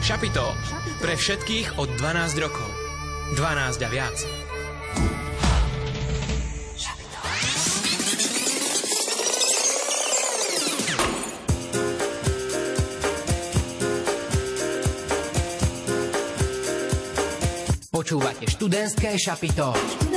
Šapito. Pre všetkých od 12 rokov. 12 a viac. Počúvate študentské Šapito.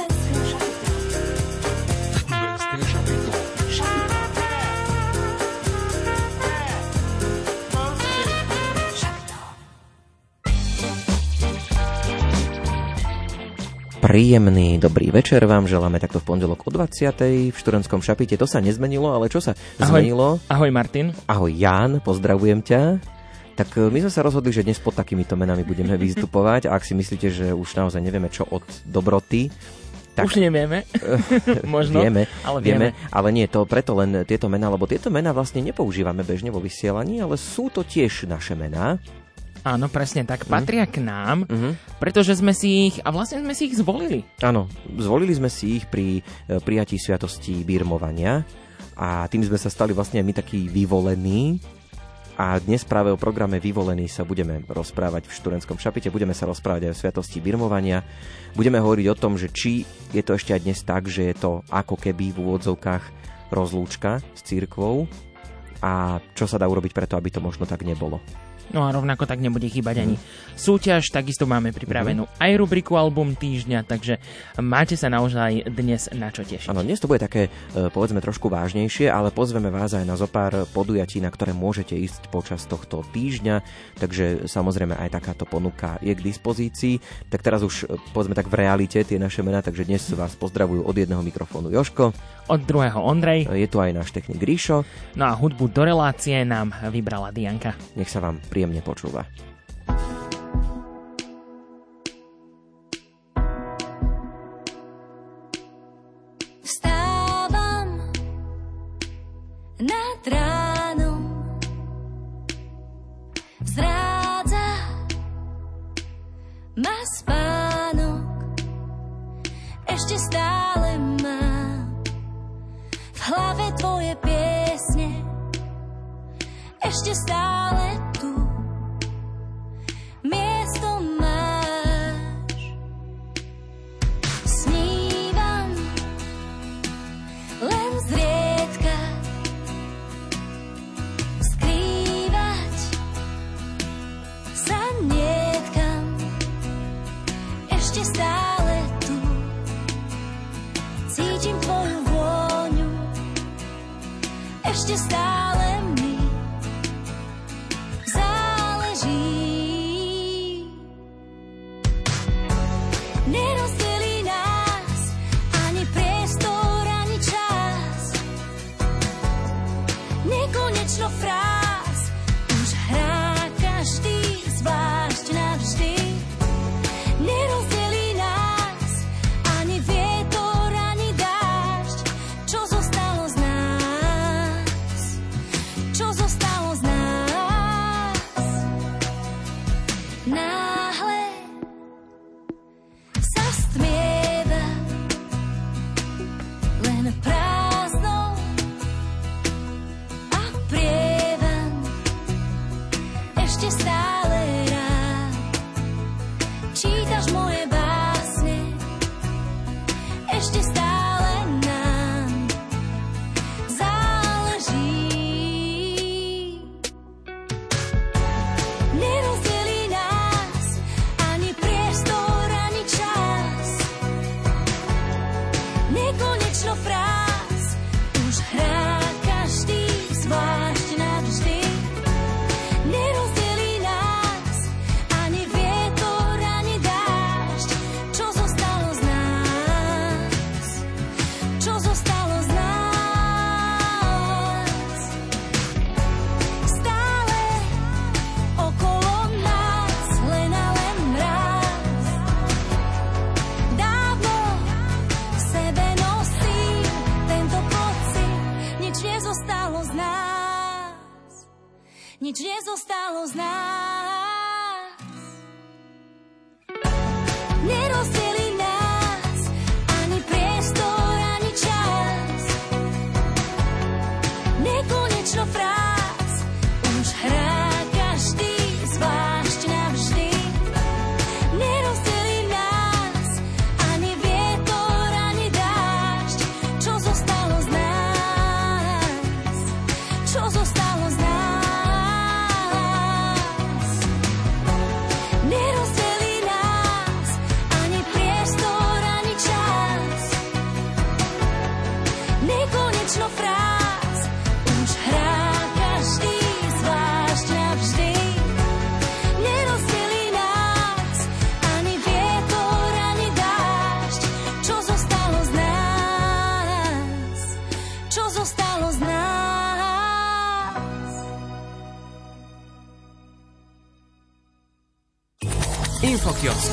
Príjemný dobrý večer vám želáme takto v pondelok o 20:00 v študentskom Šapite. To sa nezmenilo, ale čo sa zmenilo? Ahoj Martin. Ahoj Ján, pozdravujem ťa. Tak my sme sa rozhodli, že dnes pod takýmito menami budeme vystupovať. A ak si myslíte, že už naozaj nevieme čo od dobroty, tak... Už nevieme. Možno, vieme. Ale nie, to preto len tieto mená, lebo tieto mená vlastne nepoužívame bežne vo vysielaní, ale sú to tiež naše mená. Áno, presne tak. Patria k nám, pretože sme si ich, a vlastne sme si ich zvolili. Áno, zvolili sme si ich pri prijatí sviatosti birmovania a tým sme sa stali vlastne aj my takí vyvolení. A dnes práve o programe Vyvolení sa budeme rozprávať v študentskom Šapite. Budeme sa rozprávať aj o sviatosti birmovania. Budeme hovoriť o tom, že či je to ešte aj dnes tak, že je to ako keby v úvodzovkách rozlúčka s cirkvou a čo sa dá urobiť preto, aby to možno tak nebolo. No a rovnako tak nebude chýbať ani súťaž, takisto máme pripravenú aj rubriku Album týždňa, takže máte sa naozaj dnes na čo tešiť. Áno, dnes to bude také, povedzme, trošku vážnejšie, ale pozveme vás aj na zopár podujatí, na ktoré môžete ísť počas tohto týždňa, takže samozrejme aj takáto ponuka je k dispozícii. Tak teraz už, povedzme tak v realite tie naše mená, takže dnes vás pozdravujú od jedného mikrofónu Jožko. Od druhého Ondrej. Je tu aj náš technik Ríšo. No a hudbu do relácie nám vybrala Dianka. Nech sa vám príjemne počúva. Vstávam nad ránom, zrádza ma spánok, ešte stále mám v hlave tvoje piesne, ešte stále tu miesto máš. Snívam len zriedka, skrývať sa netkam, ešte stále tu cítim tvoju vôňu, ešte stále mi záleží. Nerozdelí nás ani priestor, ani čas, nekonečno fráz už hrá každý zvlášť navždy. Nerozdelí nás ani vietor, ani dážď, čo zostalo z nás, čo zostalo z nás. Náhle sa stmieva len prázdno a prievan, ešte stále rád čítaš moje básne, ešte stále nám záleží. Nerozdelí nás ani priestor, ani čas, nekonečno fráz už hrá každý zvlášť navždy. Nerozdelí nás ani vietor, ani dážď, čo zostalo z nás, čo zostalo z nás. Stále okolo nás len a len mráz, dávno v sebe nosím tento pocit, nič nezostalo z nás, nič nezostalo z nás. Nerozdelí nás ani priestor, ani čas, nekonečno fráz už hrá každý zvlášť nás. Infokiosk.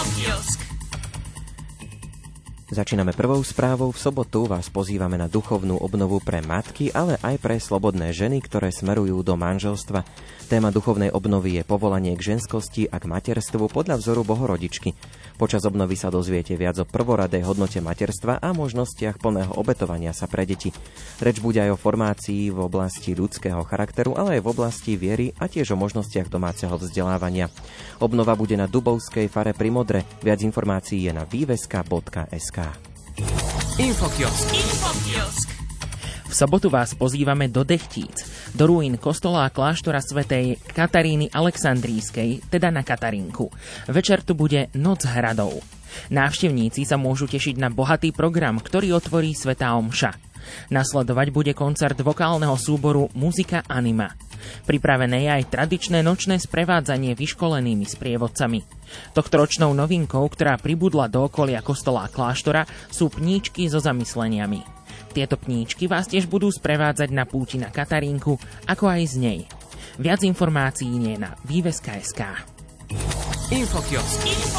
Začíname prvou správou. V sobotu vás pozývame na duchovnú obnovu pre matky, ale aj pre slobodné ženy, ktoré smerujú do manželstva. Téma duchovnej obnovy je povolanie k ženskosti a k materstvu podľa vzoru Bohorodičky. Počas obnovy sa dozviete viac o prvoradej hodnote materstva a možnostiach plného obetovania sa pre deti. Reč bude aj o formácii v oblasti ľudského charakteru, ale aj v oblasti viery a tiež o možnostiach domáceho vzdelávania. Obnova bude na Dubovskej fare pri Modre. Viac informácií je na výveska.sk. Infokiosk. V sobotu vás pozývame do Dechtíc, do ruín kostola a kláštora svätej Kataríny Alexandrijskej, teda na Katarinku. Večer tu bude Noc hradov. Návštevníci sa môžu tešiť na bohatý program, ktorý otvorí svätá omša. Nasledovať bude koncert vokálneho súboru Muzika Anima. Pripravené je aj tradičné nočné sprevádzanie vyškolenými sprievodcami. Tohtoročnou novinkou, ktorá pribudla do okolia kostola a kláštora, sú pníčky so zamysleniami. Tieto pníčky vás tiež budú sprevádzať na púti na Katarínku, ako aj z nej. Viac informácií je na výveska.sk. Infokiosk.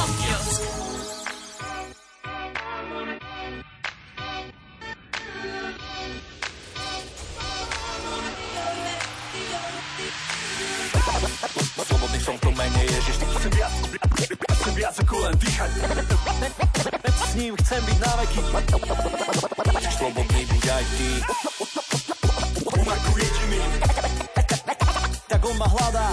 Slobodný som to menej, Ježiš, chcem viac ako len dýchať. S ním chcem byť na veky. Slobodný buď aj ty. On ako jediný. Tak on ma hľadá.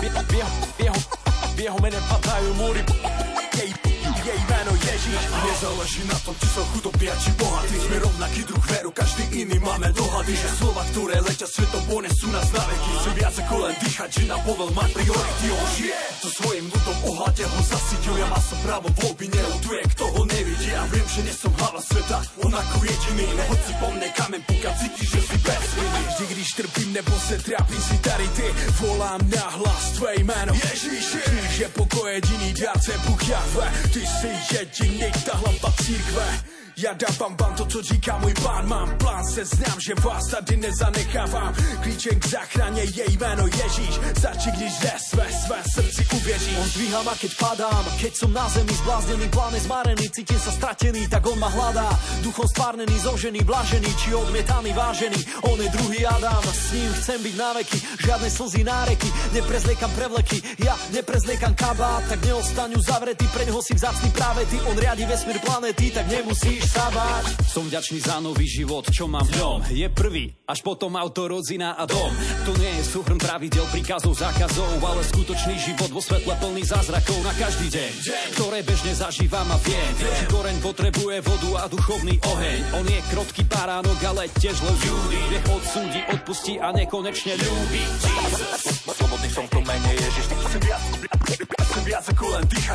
V jeho mene padajú múry. Jej meno Ježiš. Nezáleží na tom, či som chudobný a či bohatý. Sme rovnaký druh veru, každý iný máme dohady. Že slova, ktoré letia svetom, ponesú nás na veky. Chcem viac ako len dýchať, že na povel mať priority. On žije so svojím ľudom, ohľade ho zasytil. Ja má som právo voľby, neľutuje, kto ho nevidí. Ja viem, že nie som hlava sveta, on ako jediný. Hoci po mne kamen púka, cítiš, že si bez viny. Vždy, když trpím nebo se trápim, si tady ty. Volám na hlas tvoje jméno Ježíši. Že pokoj jediný dárce Bůh Jahve. Ty jsi jediný, ta hlava církve. Ja dávam vám to, co říká môj pán. Mám plán, se znám, že vás tady nezanechávám. Klíčem k záchrane je jméno Ježíš. Stačí, když své srdci uvěříš. On dvíha ma, keď padám, keď som na zemi zbláznený, pláne zmarený, cítim sa stratený, tak on ma hľadá. Duchom stvárnený, zožený, blažený, či odmietaný, vážený. On je druhý Adam, s ním chcem byť na veky. Žiadne slzy, náreky, neprezliekam prevleky. Ja neprezliekam kabát, tak neostaňu zavretý. Preňho si vzácný práve ty, on riadi vesmír planety, tak nemusíš sa báť. Som vďačný za nový život, čo mám v ňom. Je prvý, až potom auto, rodzina a dom. To nie je súhrn pravidel, príkazov, zákazov, ale skutočný život vo svetle plný zázrakov na každý deň, ktoré bežne zažívam a viem. Či koreň potrebuje vodu a duchovný oheň. On je krotký baránok, ale tiež ľudí. Nech odsúdi, odpustí a nekonečne ľúbi. Slobodný som to menej, Ježiš, chcem viac ako len dýchať.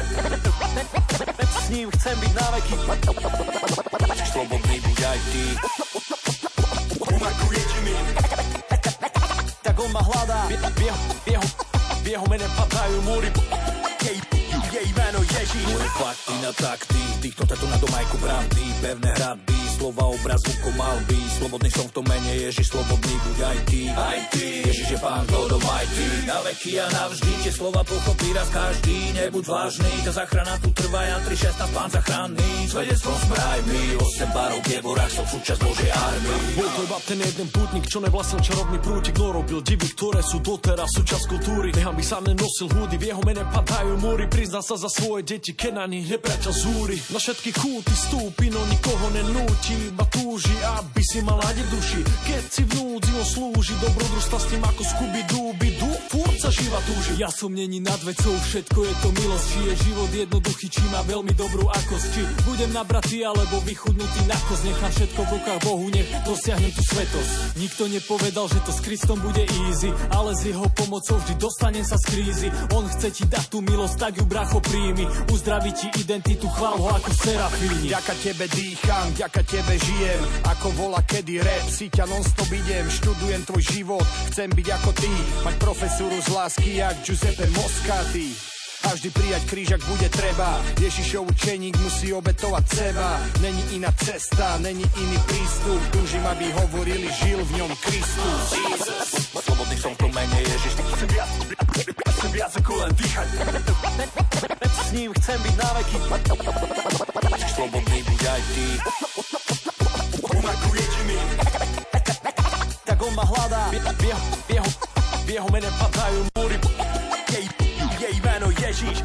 S ním chcem byť na veky. Slobodný buď aj ty. On ako jediný. Tak on ma hľadá. V jeho mene padajú múry. Jej meno Ježíš. Moje fakty na takty, týchto tetu na domajku pravdy. Pevné hradby, slova obraz zvukom malby. Slobodný som v tom mene Ježiš, slobodný buď aj ty. Aj ty, Ježiš je Pán God Almighty. Na veky a navždy, tie slova pochopí raz každý. Nebuď vážny, tá záchrana tu trvá. Jan 3.16, Pán záchranný. Svedectvom sme aj my, 8 barov v devorách, som súčasť Božej armii. Bol to iba ten jeden pútnik, čo nevlastnil čarovný prútik, no robil divy, ktoré sú doteraz súčasť kultúry. Nechám by sa nenosil húdy, v jeho mene padajú múry. Prizná sa za svoje deti, keď na nich nepriateľ zúri. Na všetky kúty stúpi, no nikoho nenúti, iba túži, aby si mal nádej v duši. Keď si v núdzi on slúži, dobrodružstva s tým ako Scooby-Doo, furt sa živa túži. Ja som není nad vecou, všetko je to milosť. Či je život jednoduchý, či má veľmi dobrú akosť. Či budem nabratý, alebo vychudnutý na kosť. Nechám všetko v rukách Bohu, nech dosiahnem tú svetosť. Nikto nepovedal, že to s Kristom bude easy, ale s jeho pomocou vždy dostanem sa z krízy. On chce ti dať tú milosť, tak ju bracho príjmi. Uzdraví ti identitu, chvál ho ako serafíni. Vďaka tebe dýcham, vďaka tebe žijem. Ako vola kedy rap, si ťa non-stop idem. Študujem tvoj život, chcem byť ako ty. Mať profesúru z lásky, jak Giuseppe Moscati. A vždy prijať kríž, ak bude treba. Ježišov učeník musí obetovať seba. Není iná cesta, není iný prístup. Túžim, aby hovorili, žil v ňom Kristus. Slobodný som v tom mene Ježiš, chcem viac ako len dýchať. S ním chcem chcem byť na veky. Slobodný buď aj ty. Umarkuje Jimmy. Tak on ma hľadá. V jeho mene padajú múry. Jej meno Ježiš.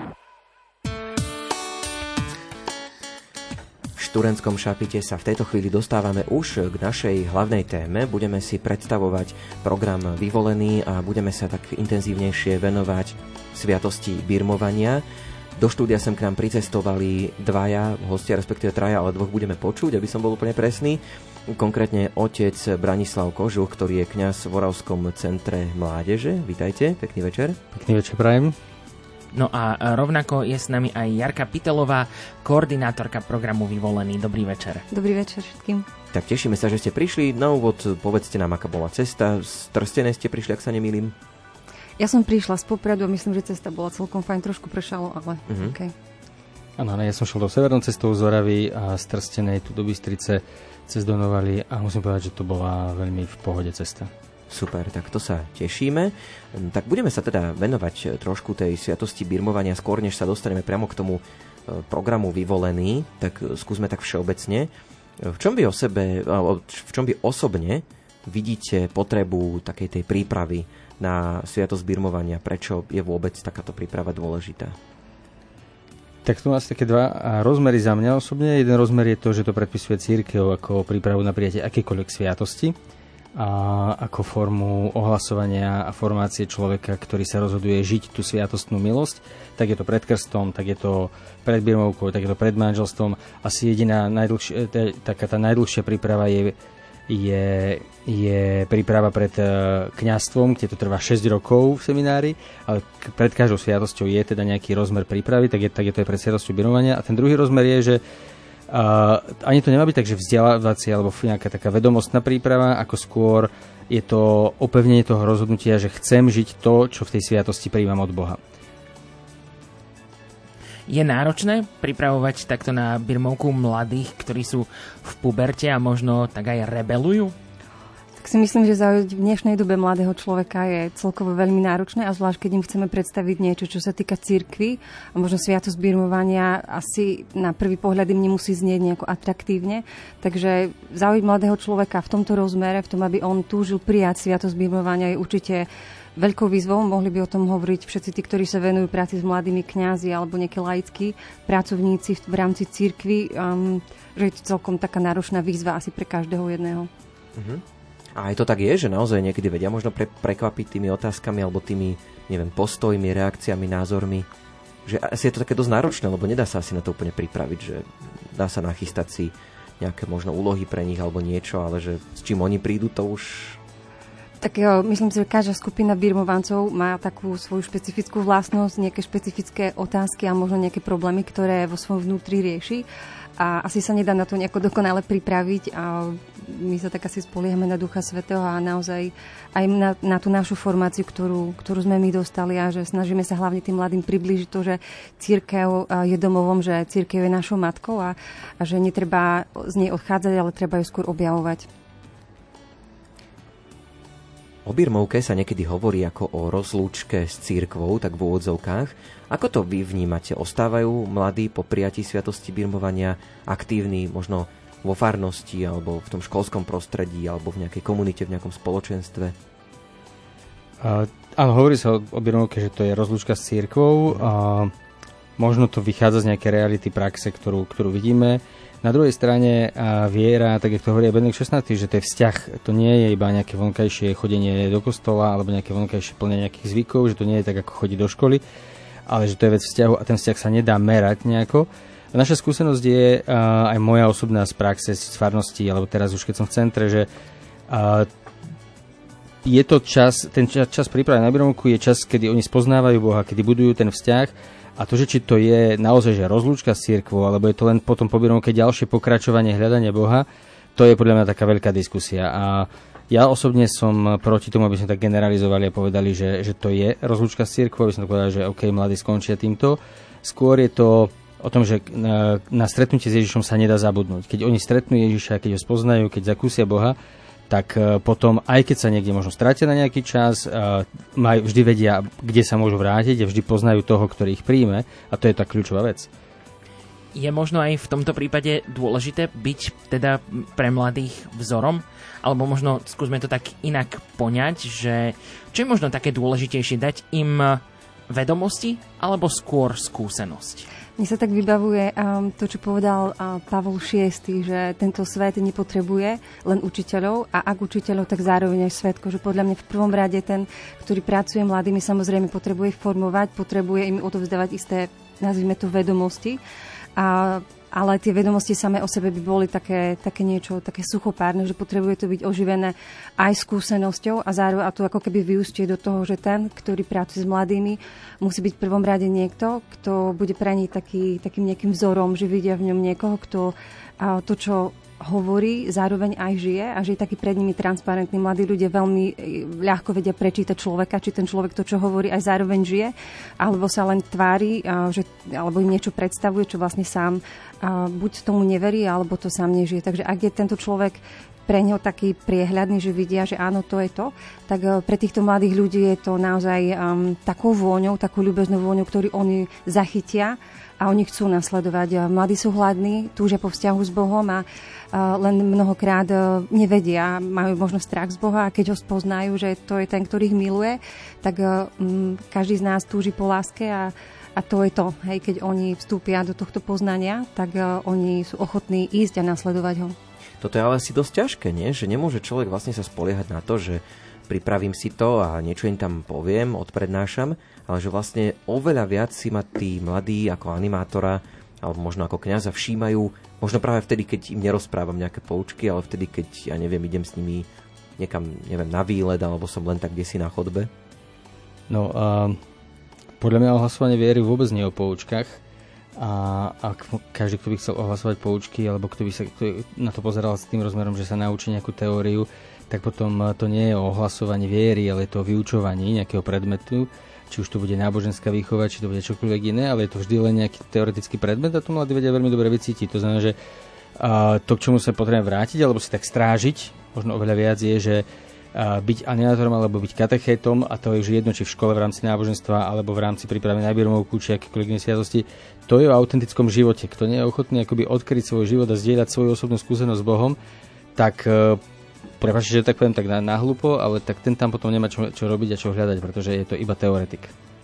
V študentskom šapite sa v tejto chvíli dostávame už k našej hlavnej téme. Budeme si predstavovať program Vyvolený a budeme sa tak intenzívnejšie venovať sviatosti birmovania. Do štúdia sem k nám pricestovali dvaja hostia, respektíve traja, ale dvoch budeme počuť, aby som bol úplne presný. Konkrétne otec Branislav Kožuch, ktorý je kňaz v Oravskom centre mládeže. Vítajte, pekný večer. Pekný večer prajem. No a rovnako je s nami aj Jarka Pitelová, koordinátorka programu Vyvolený. Dobrý večer. Dobrý večer všetkým. Tak tešíme sa, že ste prišli. Na úvod povedzte nám, aká bola cesta. Z Trstenej ste prišli, ak sa nemýlim? Ja som prišla z Popradu a myslím, že cesta bola celkom fajn. Trošku pršalo, ale okej. Áno, ja som šiel do severnou cestou z Oravy a z Trstenej tu do Bystrice cez Donovali a musím povedať, že to bola veľmi v pohode cesta. Super, tak to sa tešíme. Tak budeme sa teda venovať trošku tej sviatosti birmovania skôr, než sa dostaneme priamo k tomu programu Vyvolený. Tak skúsme tak všeobecne. V čom vy osobne vidíte potrebu takej tej prípravy na sviatosť birmovania? Prečo je vôbec takáto príprava dôležitá? Tak tu máte také dva rozmery za mňa osobne. Jeden rozmer je to, že to predpisuje cirkev ako prípravu na prijatie akékoľvek sviatosti a ako formu ohlasovania a formácie človeka, ktorý sa rozhoduje žiť tú sviatostnú milosť. Tak je to pred krstom, tak je to pred birmovkou, tak je to pred manželstvom. Asi jediná taká tá najdlhšia príprava je príprava pred kňazstvom, kde to trvá 6 rokov v seminári, ale pred každou sviatosťou je teda nejaký rozmer prípravy, tak je to aj pred sviatosťou birmovania. A ten druhý rozmer je, že ani to nemá byť tak, že vzdelávacia alebo nejaká taká vedomostná príprava, ako skôr je to opevnenie toho rozhodnutia, že chcem žiť to, čo v tej sviatosti prijímam od Boha. Je náročné pripravovať takto na birmovku mladých, ktorí sú v puberte a možno tak aj rebelujú? Tak si myslím, že zaujať v dnešnej dobe mladého človeka je celkovo veľmi náročné a zvlášť, keď im chceme predstaviť niečo, čo sa týka cirkvi a možno sviatosť birmovania asi na prvý pohľad im nemusí znieť nejako atraktívne. Takže zaujať mladého človeka v tomto rozmere, v tom, aby on túžil prijať sviatosť birmovania, je určite veľkou výzvou. Mohli by o tom hovoriť všetci tí, ktorí sa venujú práci s mladými kňazi alebo nejakí laickí pracovníci v rámci cirkvi, že je to celkom taká náročná výzva asi pre každého jedného. A aj to tak je, že naozaj niekedy vedia možno prekvapiť tými otázkami alebo tými, neviem, postojmi, reakciami, názormi. Že asi je to také dosť náročné, lebo nedá sa asi na to úplne pripraviť, že dá sa nachystať si nejaké možno úlohy pre nich alebo niečo, ale že s čím oni prídu, to už... Tak jo, myslím si, že každá skupina birmovancov má takú svoju špecifickú vlastnosť, nejaké špecifické otázky a možno nejaké problémy, ktoré vo svojom vnútri rieši. A asi sa nedá na to nejako dokonale pripraviť a my sa tak asi spoliehame na Ducha Svätého a naozaj aj na tú našu formáciu, ktorú sme my dostali a že snažíme sa hlavne tým mladým priblížiť to, že cirkev je domovom, že cirkev je našou matkou a že netreba z nej odchádzať, ale treba ju skôr objavovať. O birmovke sa niekedy hovorí ako o rozlúčke s cirkvou, tak v úvodzovkách. Ako to vy vnímate? Ostávajú mladí po prijatí sviatosti birmovania aktívni možno vo farnosti alebo v tom školskom prostredí alebo v nejakej komunite, v nejakom spoločenstve? Áno, hovorí sa o birmovke, že to je rozlúčka s cirkvou. Možno to vychádza z nejakej reality praxe, ktorú vidíme. Na druhej strane viera, tak jak to hovorí Benedikt XVI, že to je vzťah, to nie je iba nejaké vonkajšie chodenie do kostola alebo nejaké vonkajšie plnenie nejakých zvykov, že to nie je tak ako chodiť do školy, ale že to je vec vzťahu a ten vzťah sa nedá merať nejako. A naša skúsenosť je aj moja osobná z praxe, z farnosti, alebo teraz už keď som v centre, že je to čas, ten čas prípravy na birmovku je čas, kedy oni spoznávajú Boha, kedy budujú ten vzťah. A to, že či to je naozaj že rozlúčka s cirkvou, alebo je to len potom po birmovke ďalšie pokračovanie hľadania Boha, to je podľa mňa taká veľká diskusia. A ja osobne som proti tomu, aby sme tak generalizovali a povedali, že to je rozlúčka s cirkvou, aby som to povedal, že OK, mladí skončia týmto. Skôr je to o tom, že na stretnutie s Ježišom sa nedá zabudnúť. Keď oni stretnú Ježiša, keď ho spoznajú, keď zakúsia Boha, tak potom, aj keď sa niekde možno stratia na nejaký čas, vždy vedia, kde sa môžu vrátiť a vždy poznajú toho, ktorý ich príjme, a to je tá kľúčová vec. Je možno aj v tomto prípade dôležité byť teda pre mladých vzorom? Alebo možno skúsme to tak inak poňať, že čo je možno také dôležitejšie, dať im vedomosti alebo skôr skúsenosť? Mne sa tak vybavuje to, čo povedal Pavol VI, že tento svet nepotrebuje len učiteľov a ak učiteľov, tak zároveň aj svetko. Že podľa mňa v prvom rade ten, ktorý pracuje mladými, samozrejme potrebuje ich formovať, potrebuje im odovzdávať isté, nazvime to, vedomosti. Ale tie vedomosti samé o sebe by boli také niečo, také suchopárne, že potrebuje to byť oživené aj skúsenosťou a zároveň a to ako keby vyústie do toho, že ten, ktorý pracuje s mladými, musí byť v prvom rade niekto, kto bude pre nich takým nejakým vzorom, že vidia v ňom niekoho, kto to, čo hovorí, zároveň aj žije a že je taký pred nimi transparentný. Mladí ľudia veľmi ľahko vedia prečítať človeka, či ten človek to, čo hovorí, aj zároveň žije, alebo sa len tvári, alebo im niečo predstavuje, čo vlastne sám buď tomu neverí, alebo to sám nežije. Takže ak je tento človek pre ňo taký priehľadný, že vidia, že áno, to je to, tak pre týchto mladých ľudí je to naozaj takou vôňou, takou ľúbeznou vôňou, ktorú oni zachytia a oni chcú nasledovať. Mladí sú hladní, túžia po vzťahu s Bohom a len mnohokrát nevedia, majú možno strach z Boha a keď ho spoznajú, že to je ten, ktorý ich miluje, tak každý z nás túži po láske a to je to. Hej, keď oni vstúpia do tohto poznania, tak oni sú ochotní ísť a nasledovať ho. Toto je ale asi dosť ťažké, nie? Že nemôže človek vlastne sa spoliehať na to, že pripravím si to a niečo im tam poviem, odprednášam, ale že vlastne oveľa viac si ma tí mladí ako animátora alebo možno ako kňaza všímajú, možno práve vtedy, keď im nerozprávam nejaké poučky, ale vtedy, keď, ja neviem, idem s nimi niekam, neviem, na výlet, alebo som len tak kdesi na chodbe. No, podľa mňa ohlasovanie viery vôbec nie o poučkách. A každý, kto by chcel ohlasovať poučky, alebo kto by sa na to pozeral s tým rozmerom, že sa naučí nejakú teóriu, tak potom to nie je o ohlasovaní viery, ale je to o vyučovaní nejakého predmetu. Či už to bude náboženská výchova, či to bude čokoľvek iné, ale je to vždy len nejaký teoretický predmet a to mladí vedia veľmi dobre vycítiť. To znamená, že to, k čomu sa potrebujeme vrátiť, alebo si tak strážiť, možno oveľa viac je, že byť animátorom alebo byť katechétom, a to je už jedno, či v škole v rámci náboženstva alebo v rámci prípravy na birmovku či akékoľvek iné sviatosti, to je o autentickom živote. Kto nie je ochotný akoby odkryť svoj život a zdieľať svoju osobnú skúsenosť s Bohom, tak prepáčte, že tak poviem tak nahlupo, ale tak ten tam potom nemá čo robiť a čo hľadať, pretože je to iba teoretik.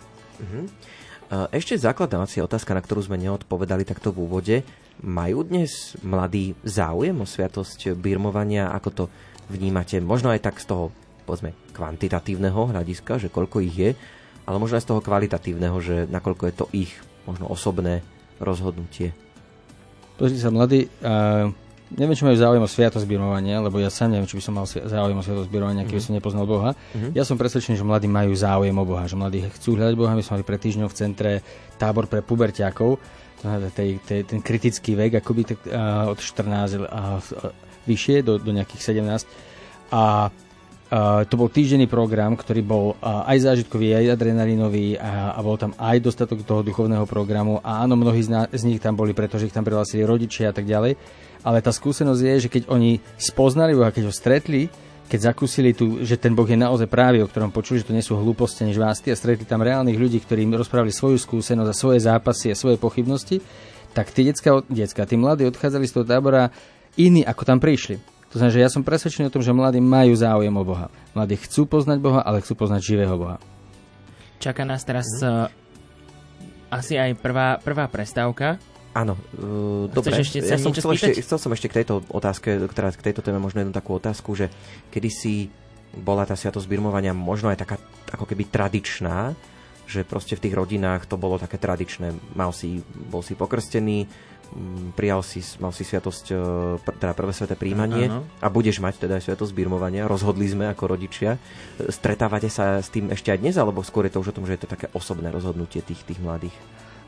Ešte základná otázka, na ktorú sme neodpovedali takto v úvode. Majú dnes mladí záujem o sviatosť birmovania? Ako to vnímate? Možno aj tak z toho, povedzme, kvantitatívneho hľadiska, že koľko ich je, ale možno aj z toho kvalitatívneho, že nakoľko je to ich možno osobné rozhodnutie. Pozrite sa, mladí, neviem, či majú záujem o sviatosť birmovania, lebo ja sám neviem, či by som mal záujem o sviatosť birmovania, keby som nepoznal Boha. Ja som presvedčený, že mladí majú záujem o Boha, že mladí chcú hľadať Boha. My sme mali pred týždňom v centre tábor pre puberťákov, ten kritický vek, akoby tak, od 14 a vyššie do nejakých 17. A to bol týždenný program, ktorý bol aj zážitkový, aj adrenalinový a bol tam aj dostatok toho duchovného programu. A áno, mnohí z nich tam boli, pretože ich tam prihlásili rodičia a tak ďalej. Ale tá skúsenosť je, že keď oni spoznali Boha, keď ho stretli, keď zakúsili že ten Boh je naozaj právý, o ktorom počuli, že to nie sú hlúposti ani žvásty, a stretli tam reálnych ľudí, ktorí im rozprávali svoju skúsenosť a svoje zápasy a svoje pochybnosti, tak tí decka, tí mladí odchádzali z toho tábora iní, ako tam prišli. To znamená, že ja som presvedčený o tom, že mladí majú záujem o Boha. Mladí chcú poznať Boha, ale chcú poznať živého Boha. Čaká nás teraz asi aj prvá prestávka. Áno, dobre. Chcel som ešte k tejto otázke, k tejto téme možno jednu takú otázku, že kedysi bola tá sviatosť birmovania možno aj taká ako keby tradičná, že proste v tých rodinách to bolo také tradičné. Bol si pokrstený, mal si sviatosť, teda prvé sväté príjmanie a budeš mať teda aj sviatosť birmovania. Rozhodli sme ako rodičia. Stretávate sa s tým ešte aj dnes, alebo skôr je to už o tom, že je to také osobné rozhodnutie tých mladých?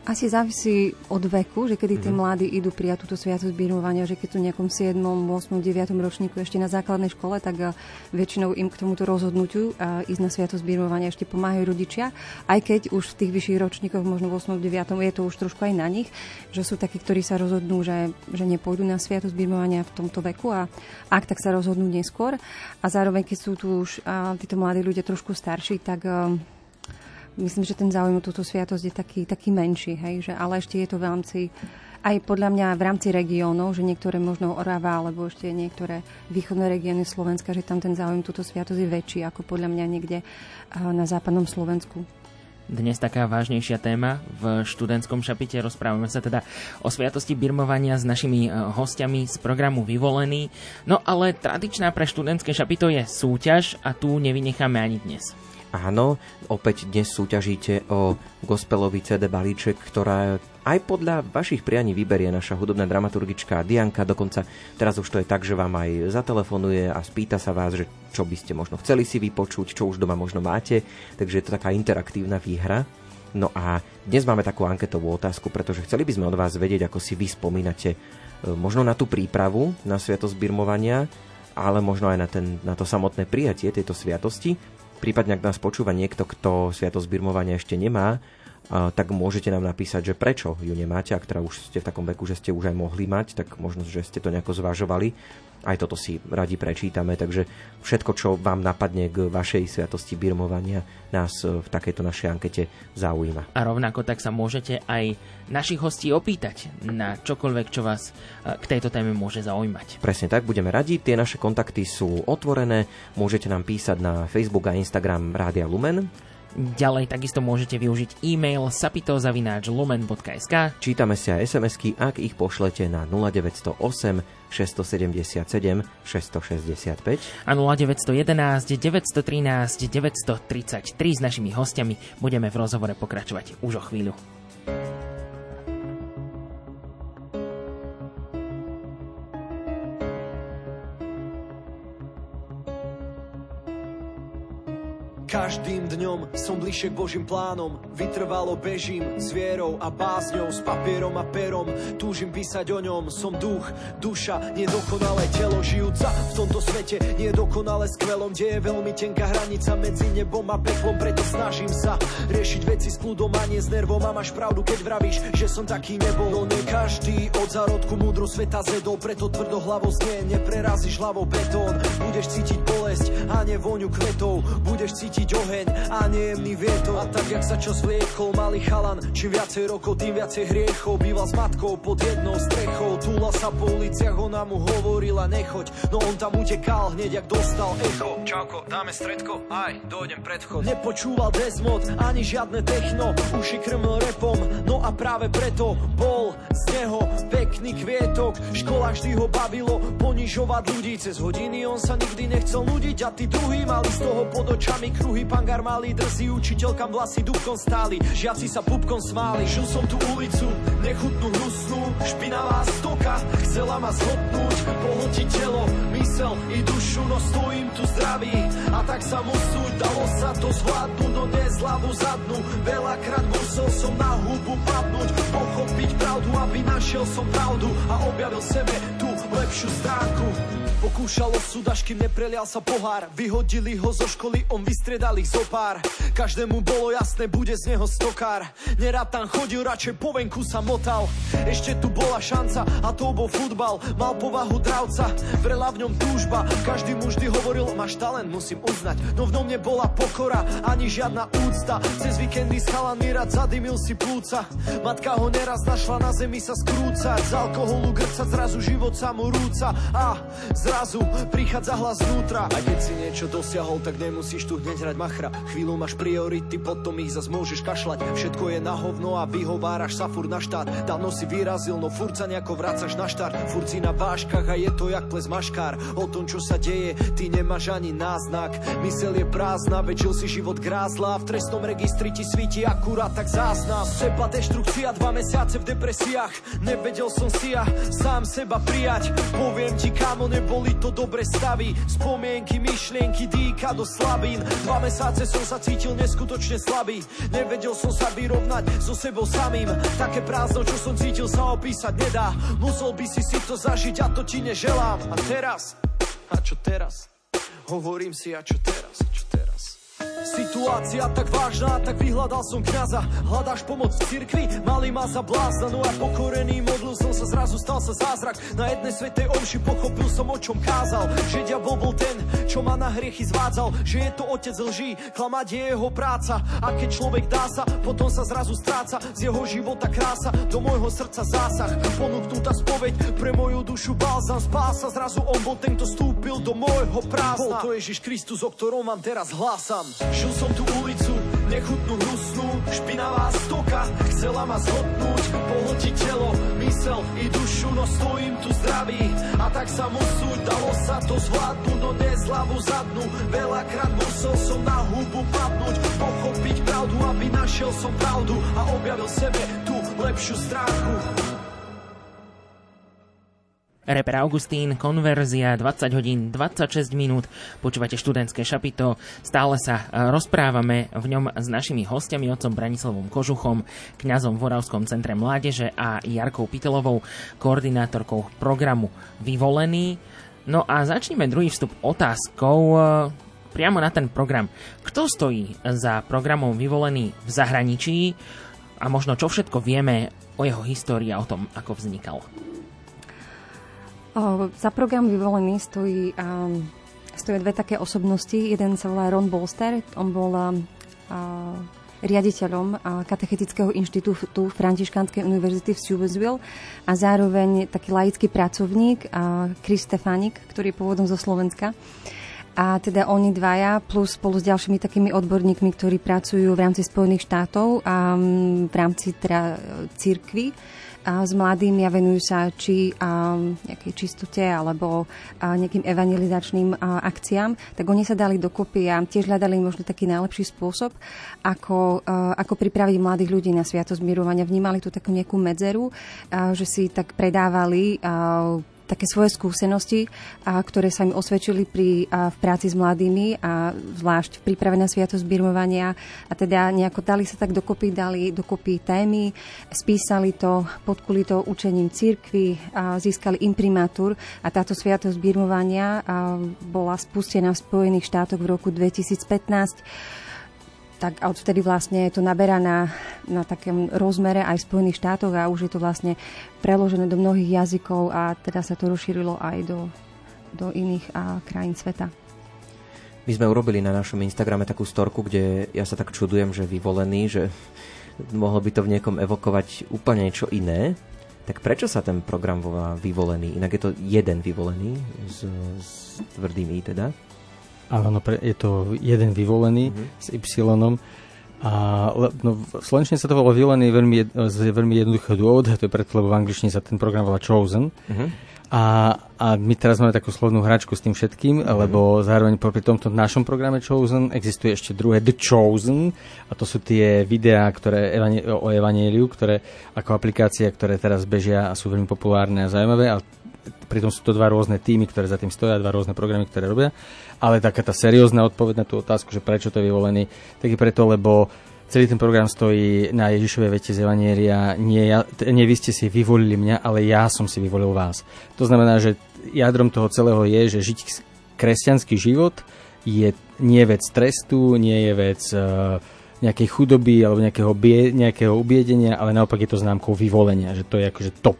Asi závisí od veku, že kedy tí mladí idú prijať túto sviatosť birmovania, že keď sú v nejakom 7., 8., 9. ročníku ešte na základnej škole, tak väčšinou im k tomuto rozhodnutiu ísť na sviatosť birmovania ešte pomáhajú rodičia, aj keď už v tých vyšších ročníkoch, možno v 8., 9. je to už trošku aj na nich, že sú takí, ktorí sa rozhodnú, že nepôjdu na sviatosť birmovania v tomto veku a ak tak sa rozhodnú neskôr. A zároveň, keď sú tu už títo mladí ľudia trošku starší, tak myslím, že ten záujem o túto sviatosť je taký menší, hej, že, ale ešte je to v rámci, aj podľa mňa v rámci regiónov, že niektoré možno Orava, alebo ešte niektoré východné regióny Slovenska, že tam ten záujem túto sviatosť je väčší ako podľa mňa niekde na západnom Slovensku. Dnes taká vážnejšia téma v študentskom šapite. Rozprávame sa teda o sviatosti birmovania s našimi hostiami z programu Vyvolený. No ale tradičná pre študentské šapito je súťaž a tu nevynecháme ani dnes. Áno, opäť dnes súťažíte o gospelový CD balíček, ktorá aj podľa vašich prianí vyberie naša hudobná dramaturgička Dianka. Dokonca teraz už to je tak, že vám aj zatelefonuje a spýta sa vás, že čo by ste možno chceli si vypočuť, čo už doma možno máte. Takže je to taká interaktívna výhra. No a dnes máme takú anketovú otázku, pretože chceli by sme od vás vedieť, ako si vy spomínate možno na tú prípravu na sviatosť birmovania, ale možno aj na to samotné prijatie tejto sviatosti. Prípadne, ak nás počúva niekto, kto sviatosť birmovania ešte nemá, tak môžete nám napísať, že prečo ju nemáte, ak teda už ste v takom veku, že ste už aj mohli mať, tak možno, že ste to nejako zvažovali. Aj toto si radi prečítame, takže všetko, čo vám napadne k vašej sviatosti birmovania, nás v takejto našej ankete zaujíma. A rovnako tak sa môžete aj našich hostí opýtať na čokoľvek, čo vás k tejto téme môže zaujímať. Presne tak, budeme radi. Tie naše kontakty sú otvorené. Môžete nám písať na Facebook a Instagram Rádia Lumen. Ďalej takisto môžete využiť e-mail sapito@lumen.sk. Čítame si aj SMS-ky, ak ich pošlete na 0908 677 665 a 0911 913 933. S našimi hostiami budeme v rozhovore pokračovať už o chvíľu. Každým dňom som bližšie k Božím plánom. Vytrvalo bežím s vierou a bázňou, s papierom a perom. Túžim písať o ňom. Som duch, duša, nedokonalé telo žijúca v tomto svete nedokonale skvelom, kde je veľmi tenká hranica medzi nebom a peklom. Preto snažím sa riešiť veci s kľudom a nie s nervom. A máš pravdu, keď vravíš, že som taký nebol. No nie každý od zárodku múdru sveta zedol, preto tvrdo hlavou znie, neprerazíš hlavou betón. Budeš cítiť bolesť a nie vôňu kvetov. Budeš cítiť oheň a nejemný vietor. A tak, jak sa čo zvliekol malý chalan, čím viacej rokov, tým viacej hriechov. Býval s matkou pod jednou strechou, túlal sa po uliciach, ona mu hovorila nechoď, no on tam utekal hneď, jak dostal echo. Čauko, dáme stredko, aj, dojdem pred vchod. Nepočúval Desmod, ani žiadne techno, uši krmil repom, no a práve preto bol z neho pekný kvietok. Škola vždy ho bavilo ponižovať ľudí, cez hodiny on sa nikdy nechcel nudiť a tí druhí mali z toho pod očami kruhy. Pangar malý, drzý, učiteľkam vlasy dúbkom stáli, žiaci sa pupkom smáli. Žil som tú ulicu, nechutnú, hnusnú, špinavá stoka chcela ma zhodnúť, pohltiť telo, mysel i dušu, no stojím tu zdravý a tak sa musú, dalo sa to zvládnuť, no dnes hlavu zadnú. Veľakrát musel som na hubu padnúť, pochopiť pravdu, aby našiel som pravdu a objavil sebe tú lepšiu stránku. Pokúšalo súdaž, kým neprelial sa pohár, vyhodili ho zo školy, on vystriedal ich zopár. Každému bolo jasné, bude z neho stokár. Nerád tam chodil, radšej po venku sa motal. Ešte tu bola šanca a to bol futbal. Mal povahu dravca, vrela v ňom túžba. Každý mu vždy hovoril, máš talent, musím uznať. No v ňom nebola pokora, ani žiadna úcta. Cez víkendy s chalanmi rád zadymil si plúca. Matka ho neraz našla na zemi sa skrúcať, z alkoholu grcať, zrazu život sa mu rúca. A zrazu prichádza hlas znútra. A keď si niečo dosiahol, tak nemusíš tu hneď hrať machra. Chvíľu máš priority, potom ich zas môžeš kašľať. Všetko je na hovno a vyhováraš sa furt na štát. Dávno si vyrazil, no furt sa nejako vracaš na štart. Furt si na vážkach a je to jak ples maškár. O tom, čo sa deje, ty nemáš ani náznak. Mysel je prázdna, veď žil si život grázla. V trestnom registri ti svíti akurát tak záznam. Seba deštrukcia, 2 mesiace v depresiách. Nevedel som si ja sám seba prijať. mať. Poviem ti, kámo, neboli to dobre stavy. Spomienky, myšlienky, dýka do slabín. 2 mesiace som sa cítil neskutočne slabý. Nevedel som sa vyrovnať so sebou samým. Také prázdno, čo som cítil, sa opísať nedá. Musel by si to zažiť a to ti neželám. A teraz? A čo teraz? Hovorím si, a čo teraz? Situácia tak vážna, tak vyhľadal som kňaza. Hľadáš pomoc v cirkvi? Mali ma za blázna. No a pokorený modlil som sa, zrazu stal sa zázrak. Na jednej svätej omši pochopil som, o čom kázal. Že diabol bol ten, čo ma na hriechy zvádzal. Že je to otec lží, klamať je jeho práca. A keď človek dá sa, potom sa zrazu stráca. Z jeho života krása, do môjho srdca zásah. Ponúknutá spoveď pre moju dušu balzam. Spása, zrazu on bol ten, kto vstúpil do môjho prázdna. Bol to Ježiš Kristus, o ktorom vám teraz hlásam. Žil som tú ulicu, nechutnú, hnusnú, špinavá stoka, chcela ma zhodnúť, pohltiť telo, mysel i dušu, no stojím tu zdravý. A tak sa musúť, dalo sa to zvládnuť, no dnes hlavu zadnú. Veľakrát musel som na hubu padnúť, pochopiť pravdu, aby našiel som pravdu a objavil sebe tú lepšiu stránku. Reper Augustín, Konverzia, 20 hodín 26 minút. Počúvate študentské šapito. Stále sa rozprávame v ňom s našimi hostiami, otcom Branislavom Kožuchom, kňazom v Oravskom centre mládeže a Jarkou Pitelovou, koordinátorkou programu Vyvolený. No a začneme druhý vstup otázkou priamo na ten program. Kto stojí za programom Vyvolený v zahraničí a možno čo všetko vieme o jeho histórii a o tom, ako vznikal? Za program Vyvolený stojí dve také osobnosti. Jeden sa volá Ron Bolster, on bol riaditeľom Katechetického inštitútu Františkánskej univerzity v Steubenville a zároveň taký laický pracovník Chris Stefánik, ktorý je pôvodom zo Slovenska. A teda oni dvaja, plus spolu s ďalšími takými odborníkmi, ktorí pracujú v rámci Spojených štátov a v rámci teda cirkvi, a s mladými a venujú sa či nejakej čistote alebo nejakým evangelizačným akciám, tak oni sa dali dokopy a tiež hľadali možno taký najlepší spôsob, ako pripraviť mladých ľudí na sviatosť mirovania. Vnímali tu takú nejakú medzeru, že si tak predávali také svoje skúsenosti, ktoré sa im osvedčili v práci s mladými a zvlášť v príprave na sviatosť birmovania. A teda nejako dali sa tak dali dokopy témy, spísali to, podkuli to učením cirkvi, získali imprimatúr a táto sviatosť birmovania bola spustená v Spojených štátoch v roku 2015. Tak a odvtedy vlastne to naberá na takém rozmere aj v Spojených štátoch a už je to vlastne preložené do mnohých jazykov a teda sa to rozšírilo aj do iných krajín sveta. My sme urobili na našom Instagrame takú storku, kde ja sa tak čudujem, že Vyvolený, že mohlo by to v niekom evokovať úplne niečo iné. Tak prečo sa ten program volá Vyvolený? Inak je to jeden Vyvolený s tvrdým I teda. Áno, je to jeden Vyvolený s Y-om. V slovenčine sa to volá Vyvolený z veľmi jednoduchého dôvodu, to je preto, lebo v angličtine sa ten program volá Chosen. A my teraz máme takú slovnú hračku s tým všetkým, lebo zároveň pri tomto našom programe Chosen existuje ešte druhé The Chosen a to sú tie videá, o evanjeliu, ktoré ako aplikácia, ktoré teraz bežia a sú veľmi populárne a zaujímavé, ale pritom sú to dva rôzne týmy, ktoré za tým stoja, dva rôzne programy, ktoré robia. Ale taká tá seriózna odpoveď na tú otázku, že prečo to je Vyvolený, tak je preto, lebo celý ten program stojí na Ježišovej vete z Evanjelia. Nie vy ste si vyvolili mňa, ale ja som si vyvolil vás. To znamená, že jadrom toho celého je, že žiť kresťanský život nie vec trestu, nie je vec nejakej chudoby alebo nejakého ubiedenia, ale naopak je to známkou vyvolenia, že to je akože top.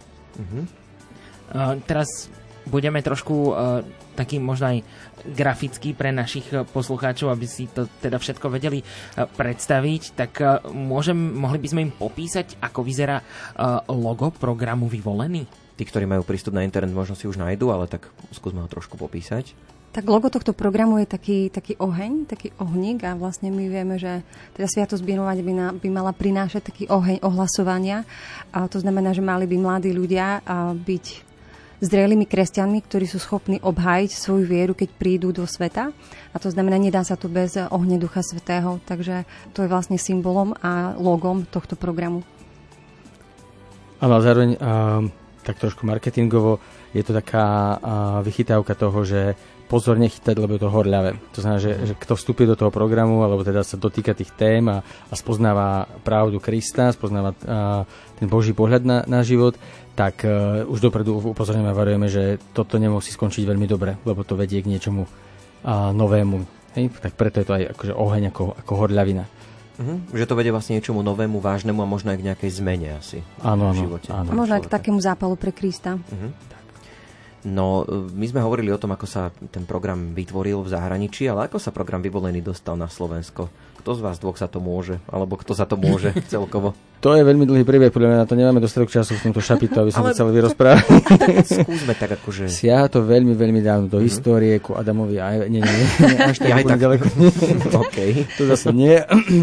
Teraz budeme trošku taký možno aj grafický pre našich poslucháčov, aby si to teda všetko vedeli predstaviť, tak mohli by sme im popísať, ako vyzerá logo programu Vyvolený? Tí, ktorí majú prístup na internet, možno si už nájdu, ale tak skúsme ho trošku popísať. Tak logo tohto programu je taký oheň, taký ohník a vlastne my vieme, že teda sviatosť birmovania by mala prinášať taký oheň ohlasovania. A to znamená, že mali by mladí ľudia byť zrelými kresťanmi, ktorí sú schopní obhájiť svoju vieru, keď prídu do sveta. A to znamená, nedá sa to bez ohňa Ducha Svätého. Takže to je vlastne symbolom a logom tohto programu. Áno, zároveň tak trošku marketingovo, je to taká vychytávka toho, že pozor nechytať, lebo je to horľavé. To znamená, že kto vstúpi do toho programu, alebo teda sa dotýka tých tém a spoznáva pravdu Krista, spoznáva ten Boží pohľad na život, tak už dopredu upozorňujeme a varujeme, že toto nemusí skončiť veľmi dobre, lebo to vedie k niečomu novému. Hej? Tak preto je to aj akože oheň ako horľavina. Že to vedie vlastne niečomu novému, vážnemu a možno aj k nejakej zmene asi v živote. Áno. Možno aj k takému zápalu pre Krista. No, my sme hovorili o tom, ako sa ten program vytvoril v zahraničí, ale ako sa program Vyvolený dostal na Slovensko? Kto z vás dvoch sa to môže? Alebo kto za to môže celkovo? To je veľmi dlhý príbeh, podľa mňa na to nemáme dostatok času v tomto šapito, aby som to celé vyrozprával. Skúsme tak akože... Siaha to veľmi, veľmi dávno do histórie, ku Adamovi a nie, až tak úplne ďaleko. Okay. To zase nie.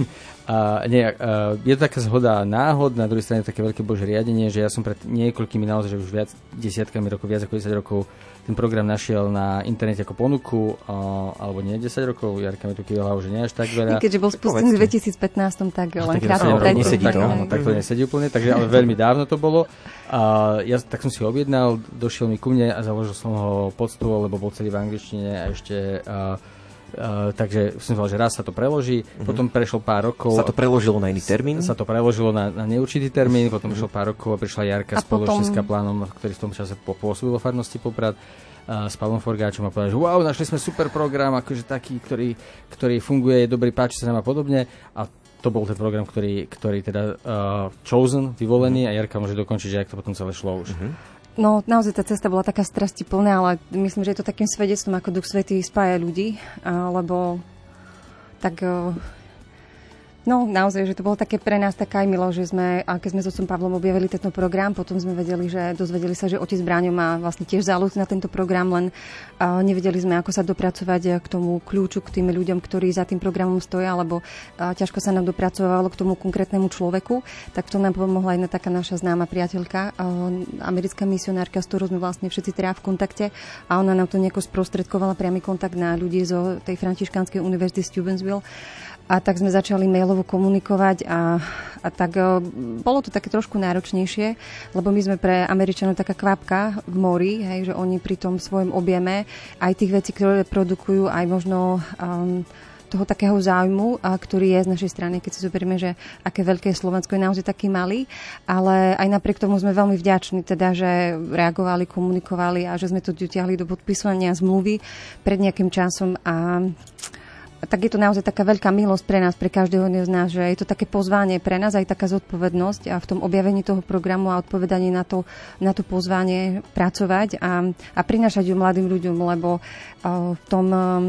Je to taká zhoda náhod, na druhej strane také veľké Božie riadenie, že ja som pred niekoľkými, naozaj, že už desiatkami rokov, viac ako 10 rokov, ten program našiel na internete ako ponuku, alebo nie 10 rokov, Jarka mi tu kývala, že nie až tak veľa. Keďže bol spustený v 2015, tak len krátko predtým. Tak to nesedí úplne, takže ale veľmi dávno to bolo. Tak som si ho objednal, došiel mi ku mne a založil som ho pod stôl, lebo bol celý v angličtine a ešte... takže som povedal, že raz sa to preloží, potom prešlo pár rokov. Sa to preložilo na iný termín? Sa to preložilo na neurčitý termín, potom prešlo pár rokov a prišla Jarka spoločne s kaplánom, ktorý v tom čase pôsobil vo farnosti Poprad, s Pavlom Forgáčom a povedal, že wow, našli sme super program, akože taký, ktorý funguje, je dobrý, páči sa nám a podobne. A to bol ten program, ktorý teda chosen, vyvolený a Jarka môže dokončiť, že ak to potom celé šlo už. No, naozaj tá cesta bola taká strastiplná, ale myslím, že je to takým svedectvom, ako Duch Svätý spája ľudí, lebo tak... No, naozaj, že to bolo také pre nás taká aj milo, že keď sme s otcom Pavlom objavili tento program, potom sme dozvedeli sa, že otec Bráňo má vlastne tiež záľub na tento program, len nevedeli sme, ako sa dopracovať k tomu kľúču, k tým ľuďom, ktorí za tým programom stoja, alebo ťažko sa nám dopracovalo k tomu konkrétnemu človeku. Tak to nám pomohla jedna taká naša známa priateľka, americká misionárka, s ktorou sme vlastne všetci teda v kontakte, a ona nám to nejako sprostredkovala priamy kontakt na ľudí zo tej františkánskej univerzity Steubenville. A tak sme začali mailovo komunikovať a tak bolo to také trošku náročnejšie, lebo my sme pre Američanov taká kvapka v mori, hej, že oni pri tom svojom objeme aj tých vecí, ktoré produkujú, aj možno toho takého záujmu, ktorý je z našej strany, keď si zoberieme, že aké veľké Slovensko je naozaj taký malý, ale aj napriek tomu sme veľmi vďační, teda, že reagovali, komunikovali a že sme to dotiahli do podpisovania zmluvy pred nejakým časom a tak je to naozaj taká veľká milosť pre nás, pre každého z nás, že je to také pozvanie pre nás, aj taká zodpovednosť a v tom objavení toho programu a odpovedaní na to pozvanie pracovať a prinášať ju mladým ľuďom, lebo v tom...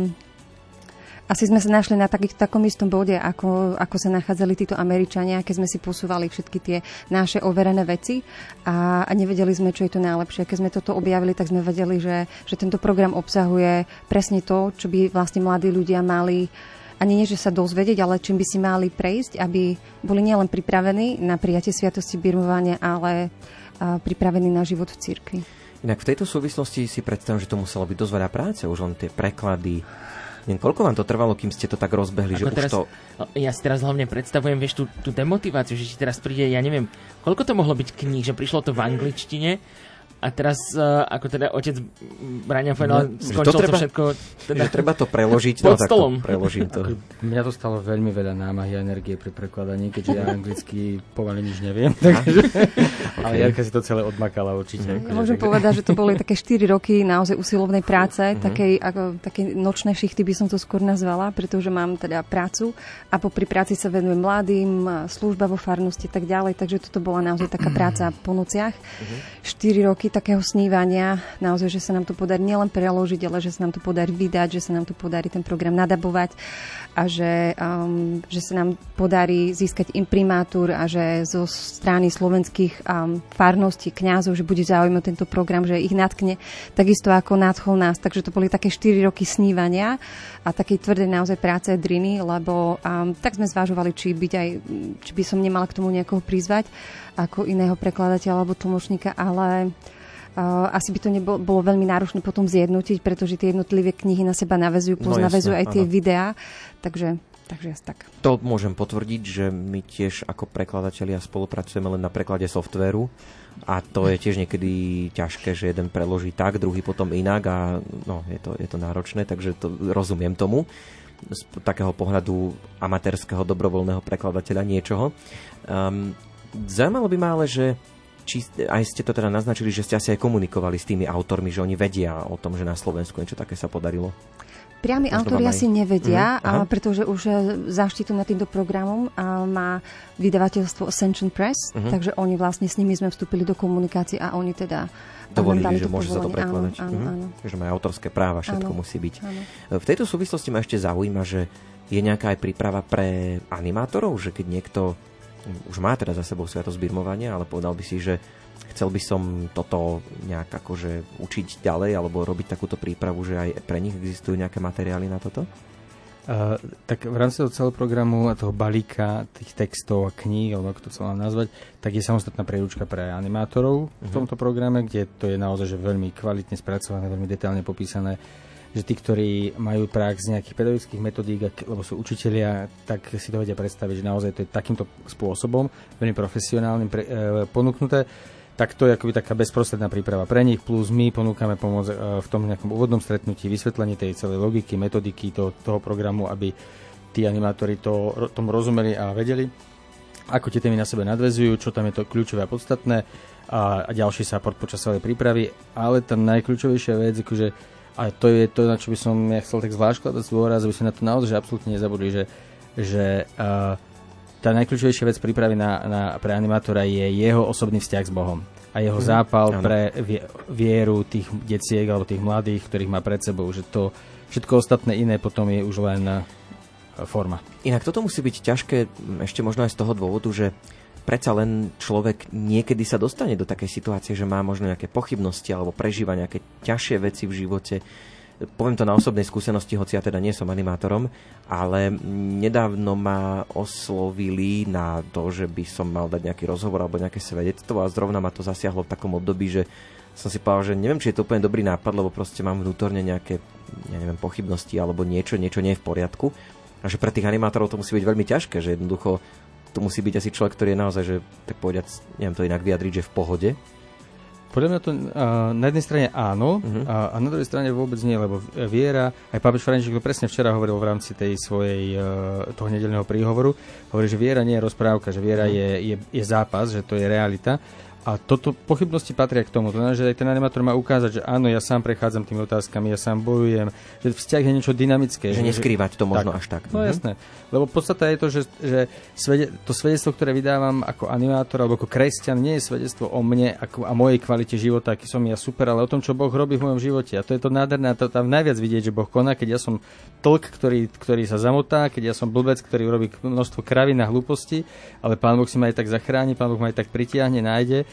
Asi sme sa našli na takom istom bode, ako sa nachádzali títo Američania, keď sme si posúvali všetky tie naše overené veci a nevedeli sme, čo je to najlepšie. Keď sme toto objavili, tak sme vedeli, že tento program obsahuje presne to, čo by vlastne mladí ľudia mali ani nie, že sa dozvedieť, ale čím by si mali prejsť, aby boli nielen pripravení na prijatie sviatosti birmovania, ale pripravení na život v cirkvi. Inak v tejto súvislosti si predstavím, že to muselo byť dosť veľa práce, už len tie preklady. Koľko vám to trvalo, kým ste to tak rozbehli? Že teraz, už to... Ja si teraz hlavne predstavujem, vieš, tú demotiváciu, že ti teraz príde, ja neviem, koľko to mohlo byť kníh, že prišlo to v angličtine a teraz, ako teda otec Braňa povedal, skončilo to všetko... Teda, že treba to preložiť. Pod stolom. Preložím to. Mňa to stalo veľmi veľa námahy a energie pri prekladaní, keďže ja anglicky pomaly nič neviem. Takže, ale Jarka si to celé odmakala určite. Môžem povedať, že to boli také 4 roky naozaj usilovnej práce, takej nočné šichty by som to skôr nazvala, pretože mám teda prácu a popri práci sa venujem mladým, služba vo farnosti a tak ďalej, takže toto bola naozaj taká práca po nociach. 4 roky takého snívania, naozaj, že sa nám to podarí nielen preložiť, ale že sa nám to podarí vydať, že sa nám to podarí ten program nadabovať a že sa nám podarí získať imprimátur a že zo strany slovenských farností, kňazov, že bude záujem o tento program, že ich natkne, takisto ako nadchol nás. Takže to boli také 4 roky snívania a také tvrdé naozaj práce driny, lebo tak sme zvažovali, či by som nemala k tomu niekoho prizvať ako iného prekladateľa alebo tlmočníka, ale asi by to bolo veľmi náročné potom zjednotiť, pretože tie jednotlivé knihy na seba naväzujú, plus naväzujú aj tie videá. Takže Takže asi tak. To môžem potvrdiť, že my tiež ako prekladatelia spolupracujeme len na preklade softvéru a to je tiež niekedy ťažké, že jeden preloží tak, druhý potom inak a no, je to náročné, takže to rozumiem tomu z takého pohľadu amatérskeho dobrovoľného prekladateľa niečoho. Zaujímalo by ma ale, že či aj ste to teda naznačili, že ste asi aj komunikovali s tými autormi, že oni vedia o tom, že na Slovensku niečo také sa podarilo? Priami autori asi nevedia, pretože už za štítom nad týmto programom má vydavateľstvo Ascension Press, takže oni vlastne s nimi sme vstúpili do komunikácie a oni teda dovolili, že môže sa to prekladať. Áno. Takže má autorské práva, všetko musí byť. Áno. V tejto súvislosti ma ešte zaujíma, že je nejaká aj príprava pre animátorov, že keď niekto už má teda za sebou sviatosť birmovania, ale povedal by si, že chcel by som toto nejak akože učiť ďalej alebo robiť takúto prípravu, že aj pre nich existujú nejaké materiály na toto? Tak v rámci toho celého programu a toho balíka tých textov a kníh, alebo ako to chcem nazvať, tak je samostatná príručka pre animátorov v tomto programe, kde to je naozaj že veľmi kvalitne spracované, veľmi detailne popísané, že tí, ktorí majú prax z nejakých pedagogických metodík, lebo sú učitelia, tak si to vedia predstaviť, že naozaj to je takýmto spôsobom, veľmi profesionálnym ponúknuté, tak to je akoby taká bezprostredná príprava pre nich, plus my ponúkame pomoc v tom nejakom úvodnom stretnutí, vysvetlenie tej celej logiky, metodiky toho programu, aby tí animátori tomu rozumeli a vedeli, ako tie témy na sebe nadväzujú, čo tam je to kľúčové a podstatné a ďalší sa počas celej prípravy, ale tá najkľúčovejšia vec, akože a to je to, na čo by som ja chcel tak zvlášť kladať dôraz, aby sme na to naozaj absolútne nezabudli, že tá najkľúčovejšia vec prípravy pre animátora je jeho osobný vzťah s Bohom a jeho zápal pre vieru tých deciek alebo tých mladých, ktorých má pred sebou, že to všetko ostatné iné potom je už len forma. Inak toto musí byť ťažké ešte možno aj z toho dôvodu, že predsa len človek niekedy sa dostane do takej situácie, že má možno nejaké pochybnosti alebo prežíva nejaké ťažšie veci v živote. Poviem to na osobnej skúsenosti, hoci ja teda nie som animátorom, ale nedávno ma oslovili na to, že by som mal dať nejaký rozhovor alebo nejaké svedectvo a zrovna ma to zasiahlo v takom období, že som si povedal, že neviem, či je to úplne dobrý nápad, lebo proste mám vnútorne nejaké, pochybnosti alebo niečo nie je v poriadku. A že pre tých animátorov to musí byť veľmi ťažké, že jednoducho to musí byť asi človek, ktorý je naozaj, že tak povedať, neviem to inak vyjadriť, že v pohode. Podľa mňa to na jednej strane áno, a na druhej strane vôbec nie, lebo viera, aj pápež František to presne včera hovoril v rámci tej svojej toho nedeľného príhovoru, hovorí, že viera nie je rozprávka, že viera je zápas, že to je realita. A toto pochybnosti patria k tomu. To znamená, že aj ten animátor má ukázať, že áno, ja sám prechádzam tými otázkami, ja sám bojujem, že vzťah je niečo dynamické. Že neskrývať to možno až tak. No jasné. Lebo podstata je to, že to svedectvo, ktoré vydávam ako animátor alebo ako kresťan, nie je svedectvo o mne a mojej kvalite života, aký som ja super, ale o tom, čo Boh robí v mojom živote. A to je to nádherné, a to tam najviac vidieť, že Boh koná, keď ja som tlk, ktorý sa zamotá, keď ja som blbec, ktorý robí množstvo kravín a hlúposti, ale Pán Boh si ma aj tak zachráni, Pán Boh ma aj tak pritiahne, nájde.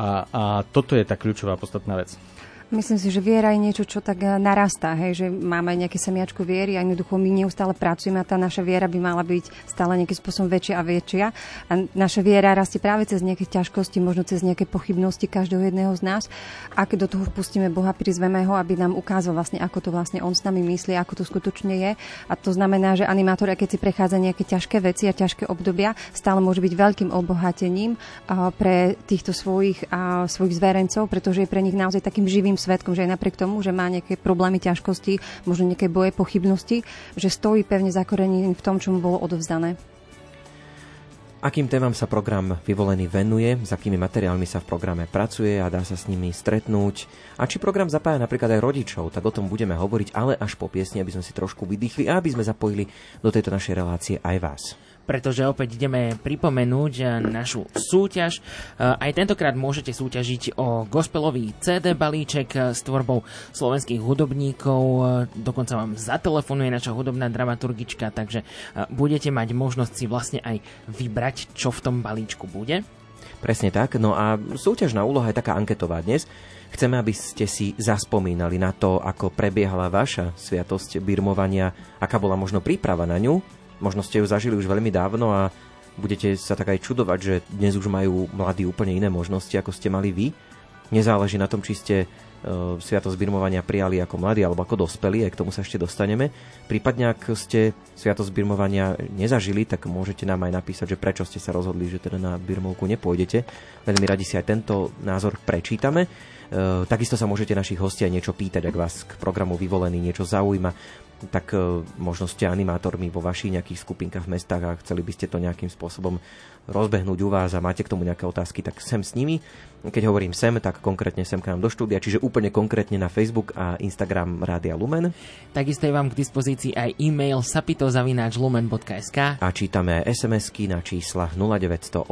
A toto je tá kľúčová podstatná vec. Myslím si, že viera je niečo, čo tak narastá, hej, že máme nejaké semiačko viery a jednoducho my neustále pracujeme a tá naša viera by mala byť stále nejakým spôsobom väčšia a väčšia. A naša viera rastie práve cez nejaké ťažkosti, možno cez nejaké pochybnosti každého jedného z nás. A keď do toho vpustíme Boha, prizveme ho, aby nám ukázal vlastne, ako to vlastne on s nami myslí, ako to skutočne je. A to znamená, že animátor, keď si prechádza nejaké ťažké veci a ťažké obdobia, stále môže byť veľkým obohatením pre týchto svojich zverencov, pretože je pre nich naozaj takým živým svedkom, že aj napriek tomu, že má nejaké problémy, ťažkosti, možno nejaké boje, pochybnosti, že stojí pevne zakorenený v tom, čo mu bolo odovzdané. Akým témam sa program Vyvolený venuje, s akými materiálmi sa v programe pracuje a dá sa s nimi stretnúť a či program zapája napríklad aj rodičov, tak o tom budeme hovoriť, ale až po piesni, aby sme si trošku vydýchli a aby sme zapojili do tejto našej relácie aj vás. Pretože opäť ideme pripomenúť našu súťaž. Aj tentokrát môžete súťažiť o gospelový CD balíček s tvorbou slovenských hudobníkov. Dokonca vám zatelefonuje naša hudobná dramaturgička, takže budete mať možnosť si vlastne aj vybrať, čo v tom balíčku bude. Presne tak. No a súťažná úloha je taká anketová dnes. Chceme, aby ste si zaspomínali na to, ako prebiehala vaša sviatosť birmovania, aká bola možno príprava na ňu. Možno ste ju zažili už veľmi dávno a budete sa tak aj čudovať, že dnes už majú mladí úplne iné možnosti, ako ste mali vy. Nezáleží na tom, či ste sviatosť birmovania prijali ako mladí alebo ako dospelí, aj k tomu sa ešte dostaneme. Prípadne, ak ste sviatosť birmovania nezažili, tak môžete nám aj napísať, že prečo ste sa rozhodli, že teda na birmovku nepôjdete. Veľmi radi si aj tento názor prečítame. Takisto sa môžete našich hostí aj niečo pýtať, ak vás k programu Vyvolený niečo zaujíma, tak možno ste animátormi vo vašich nejakých skupinkách v mestách a chceli by ste to nejakým spôsobom rozbehnúť u vás a máte k tomu nejaké otázky, tak sem s nimi. Keď hovorím sem, tak konkrétne sem k nám do štúdia, čiže úplne konkrétne na Facebook a Instagram Rádia Lumen. Takisto je vám k dispozícii aj e-mail sapito@lumen.sk a čítame aj SMS-ky na čísla 0908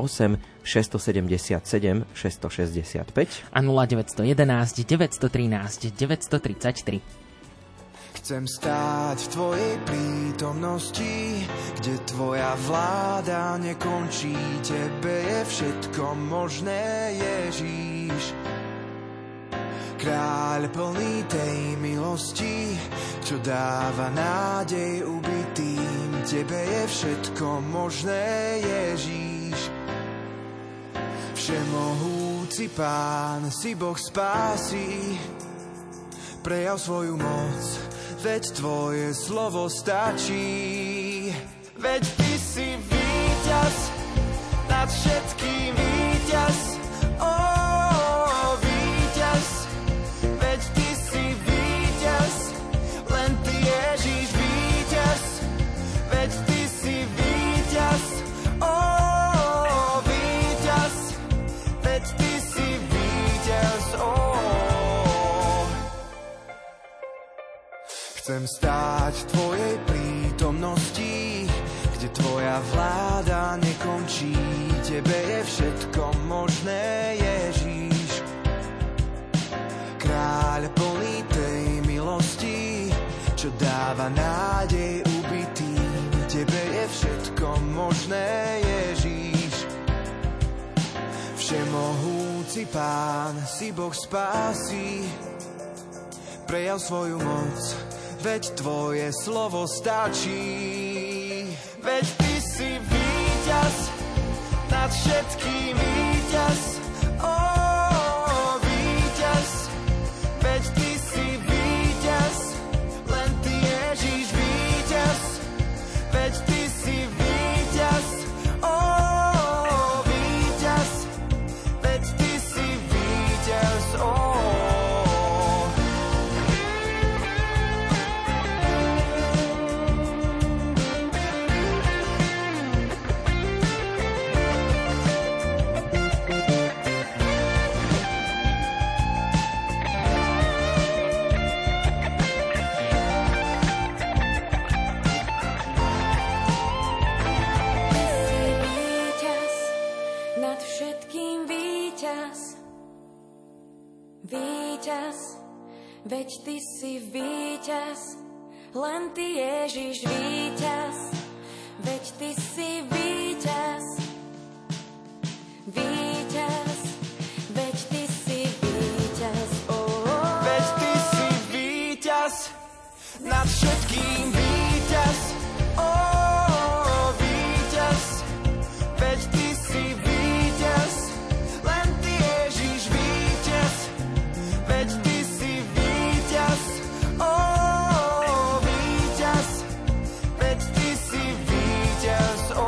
677 665 a 0911 913 933. Chcem stáť v tvojej prítomnosti, kde tvoja vláda nekončí. Tebe je všetko možné, Ježíš. Kráľ plný tej milosti, čo dáva nádej ubitým. Tebe je všetko možné, Ježíš. Všemohúci Pán, si Boh spásy, prejav svoju moc, veď tvoje slovo stačí. Veď ty si víťaz, nad všetkým víťaz, ó, víťaz. Veď ty si víťaz, len ty Ježíš víťaz. Veď ty si víťaz, ó, víťaz. Veď ty si víťaz, ó. Chcem stáť v tvojej prítomnosti, kde tvoja vláda nekončí. Tebe je všetko možné, Ježíš. Kráľ plný tej milosti, čo dáva nádej ubitým. Tebe je všetko možné, Ježíš. Všemohúci Pán, si Boh spásy, prejav svoju moc, veď tvoje slovo stačí. Veď ty si víťaz, nad všetkým víťaz, ó, víťaz. Veď ty si víťaz, len ty Ježíš víťaz. Veď ty si víťaz, ó, víťaz. Veď ty si víťaz, ó. Víťaz, veď ty si víťaz, len ty Ježiš víťaz, veď ty si víťaz, víťaz, veď ty si víťaz, veď ty si víťaz, nad všetkým víťaz, ó, víťaz, veď ty si víťaz, len ty Ježiš víťaz. Veď ty si víťaz, ó, víťaz. Veď ty si víťaz, ó.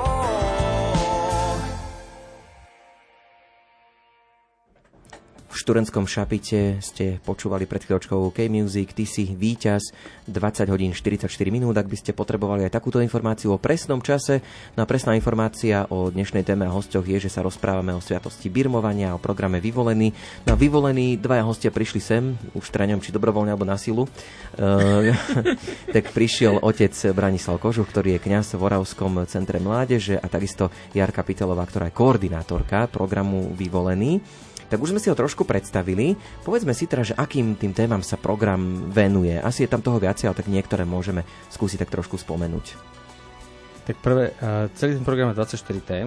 V študentskom Šapite ste počúvali pred chvíľočkou K-Music, ty si víťaz, 20 hodín 44 minút. Ak by ste potrebovali aj takúto informáciu o presnom čase, no a presná informácia o dnešnej téme a hosťoch je, že sa rozprávame o sviatosti birmovania, o programe Vyvolený. No a Vyvolení dvaja hostia prišli sem, už straňom či dobrovoľne alebo na silu. Tak prišiel otec Branislav Kožuch, ktorý je kňaz v Oravskom centre mládeže, a takisto Jarka Pitelová, ktorá je koordinátorka programu Vyvolený. Tak už sme si ho trošku predstavili. Povedzme si teda, že akým tým témam sa program venuje. Asi je tam toho viacej, ale tak niektoré môžeme skúsiť tak trošku spomenúť. Tak prvé, celý ten program má 24 tém,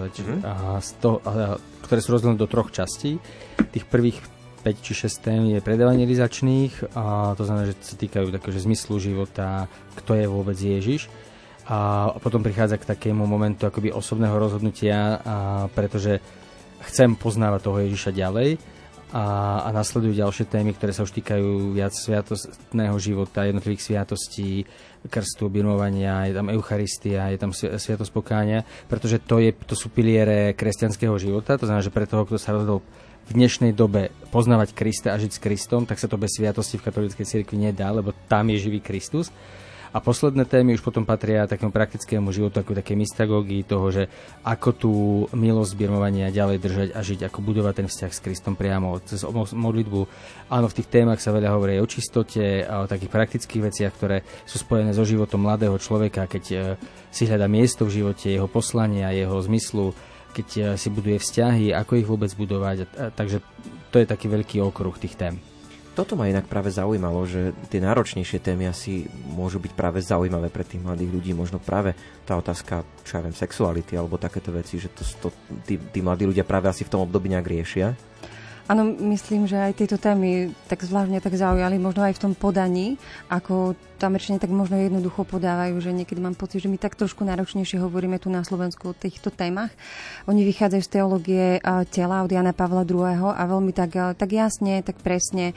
ktoré sú rozdelené do troch častí. Tých prvých 5 či 6 tém je pre evangelizačných, a to znamená, že sa týkajú takého zmyslu života, kto je vôbec Ježiš. A potom prichádza k takému momentu akoby osobného rozhodnutia, pretože chcem poznávať toho Ježiša ďalej. a nasledujú ďalšie témy, ktoré sa už týkajú viac sviatostného života, jednotlivých sviatostí, krstu, birmovania, je tam Eucharistia, je tam sviatosť pokánia, pretože to sú piliere kresťanského života, to znamená, že pre toho, kto sa rozhodol v dnešnej dobe poznávať Krista a žiť s Kristom, tak sa to bez sviatosti v katolíckej cirkvi nedá, lebo tam je živý Kristus. A posledné témy už potom patria takému praktickému životu, ako také mystagógii toho, že ako tú milosť birmovania ďalej držať a žiť, ako budovať ten vzťah s Kristom priamo cez modlitbu. Áno, v tých témach sa veľa hovorí o čistote a o takých praktických veciach, ktoré sú spojené so životom mladého človeka, keď si hľadá miesto v živote, jeho poslania, jeho zmyslu, keď si buduje vzťahy, ako ich vôbec budovať. Takže to je taký veľký okruh tých tém. Toto ma inak práve zaujímalo, že tie náročnejšie témy asi môžu byť práve zaujímavé pre tých mladých ľudí. Možno práve tá otázka, čo ja viem, sexuality alebo takéto veci, že tí mladí ľudia práve asi v tom období nejak riešia. Áno, myslím, že aj tieto témy tak zvláštne tak zaujali, možno aj v tom podaní, ako to Američania tak možno jednoducho podávajú, že niekedy mám pocit, že my tak trošku náročnejšie hovoríme tu na Slovensku o týchto témach. Oni vychádzajú z teológie tela od Jana Pavla II. A veľmi tak jasne, tak presne,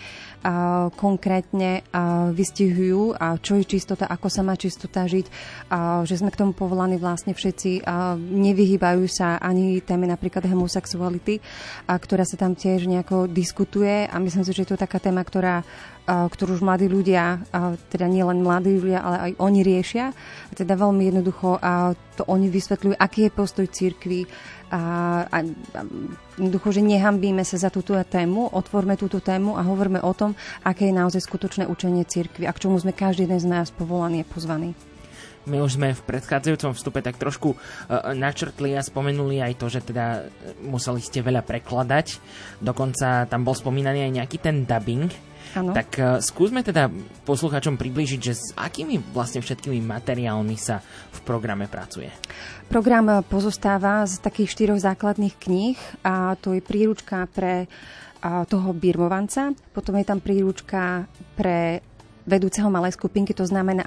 konkrétne vystihujú, čo je čistota, ako sa má čistota žiť, že sme k tomu povolaní vlastne všetci, nevyhýbajú sa ani téme napríklad homosexuality, ktorá sa tam tiež nejako diskutuje a myslím si, že je to taká téma, ktorú už mladí ľudia, teda nie len mladí ľudia, ale aj oni riešia. A teda veľmi jednoducho to oni vysvetľujú, aký je postoj cirkvi a jednoducho, že nehambíme sa za túto tému, otvorme túto tému a hovoríme o tom, aké je naozaj skutočné učenie cirkvi a k čomu sme každý jeden z nás povolaný a pozvaný. My už sme v predchádzajúcom vstupe tak trošku načrtli a spomenuli aj to, že teda museli ste veľa prekladať. Dokonca tam bol spomínaný aj nejaký ten dubbing. Ano. Tak skúsme teda poslucháčom priblížiť, že s akými vlastne všetkými materiálmi sa v programe pracuje. Program pozostáva z takých 4 základných kníh a to je príručka pre toho birmovanca, potom je tam príručka pre vedúceho malej skupinky, to znamená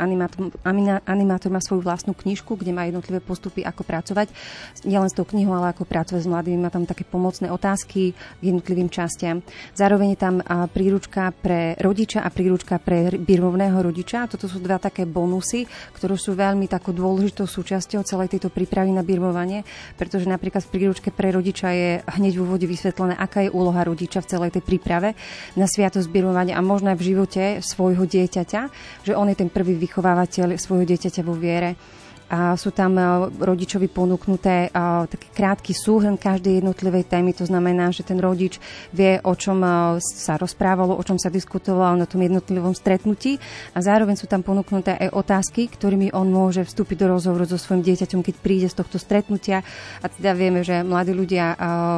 animátor má svoju vlastnú knižku, kde má jednotlivé postupy, ako pracovať. Nielen s tou knihou, ale ako pracovať s mladými. Má tam také pomocné otázky k jednotlivým častiam. Zároveň je tam príručka pre rodiča a príručka pre birmovného rodiča. Toto sú 2 také bonusy, ktoré sú veľmi takou dôležitou súčasťou celej tejto prípravy na birmovanie, pretože napríklad v príručke pre rodiča je hneď v úvode vysvetlené, aká je úloha rodiča v celej tej príprave na sviatosť birmovania a možno aj v živote svojho dieťaťa, že on je ten prvý vychovávateľ svojho dieťaťa vo viere. A sú tam rodičovi ponúknuté taký krátky súhrn každej jednotlivej témy. To znamená, že ten rodič vie, o čom sa rozprávalo, o čom sa diskutovalo na tom jednotlivom stretnutí. A zároveň sú tam ponúknuté aj otázky, ktorými on môže vstúpiť do rozhovoru so svojím dieťaťom, keď príde z tohto stretnutia. A teda vieme, že mladí ľudia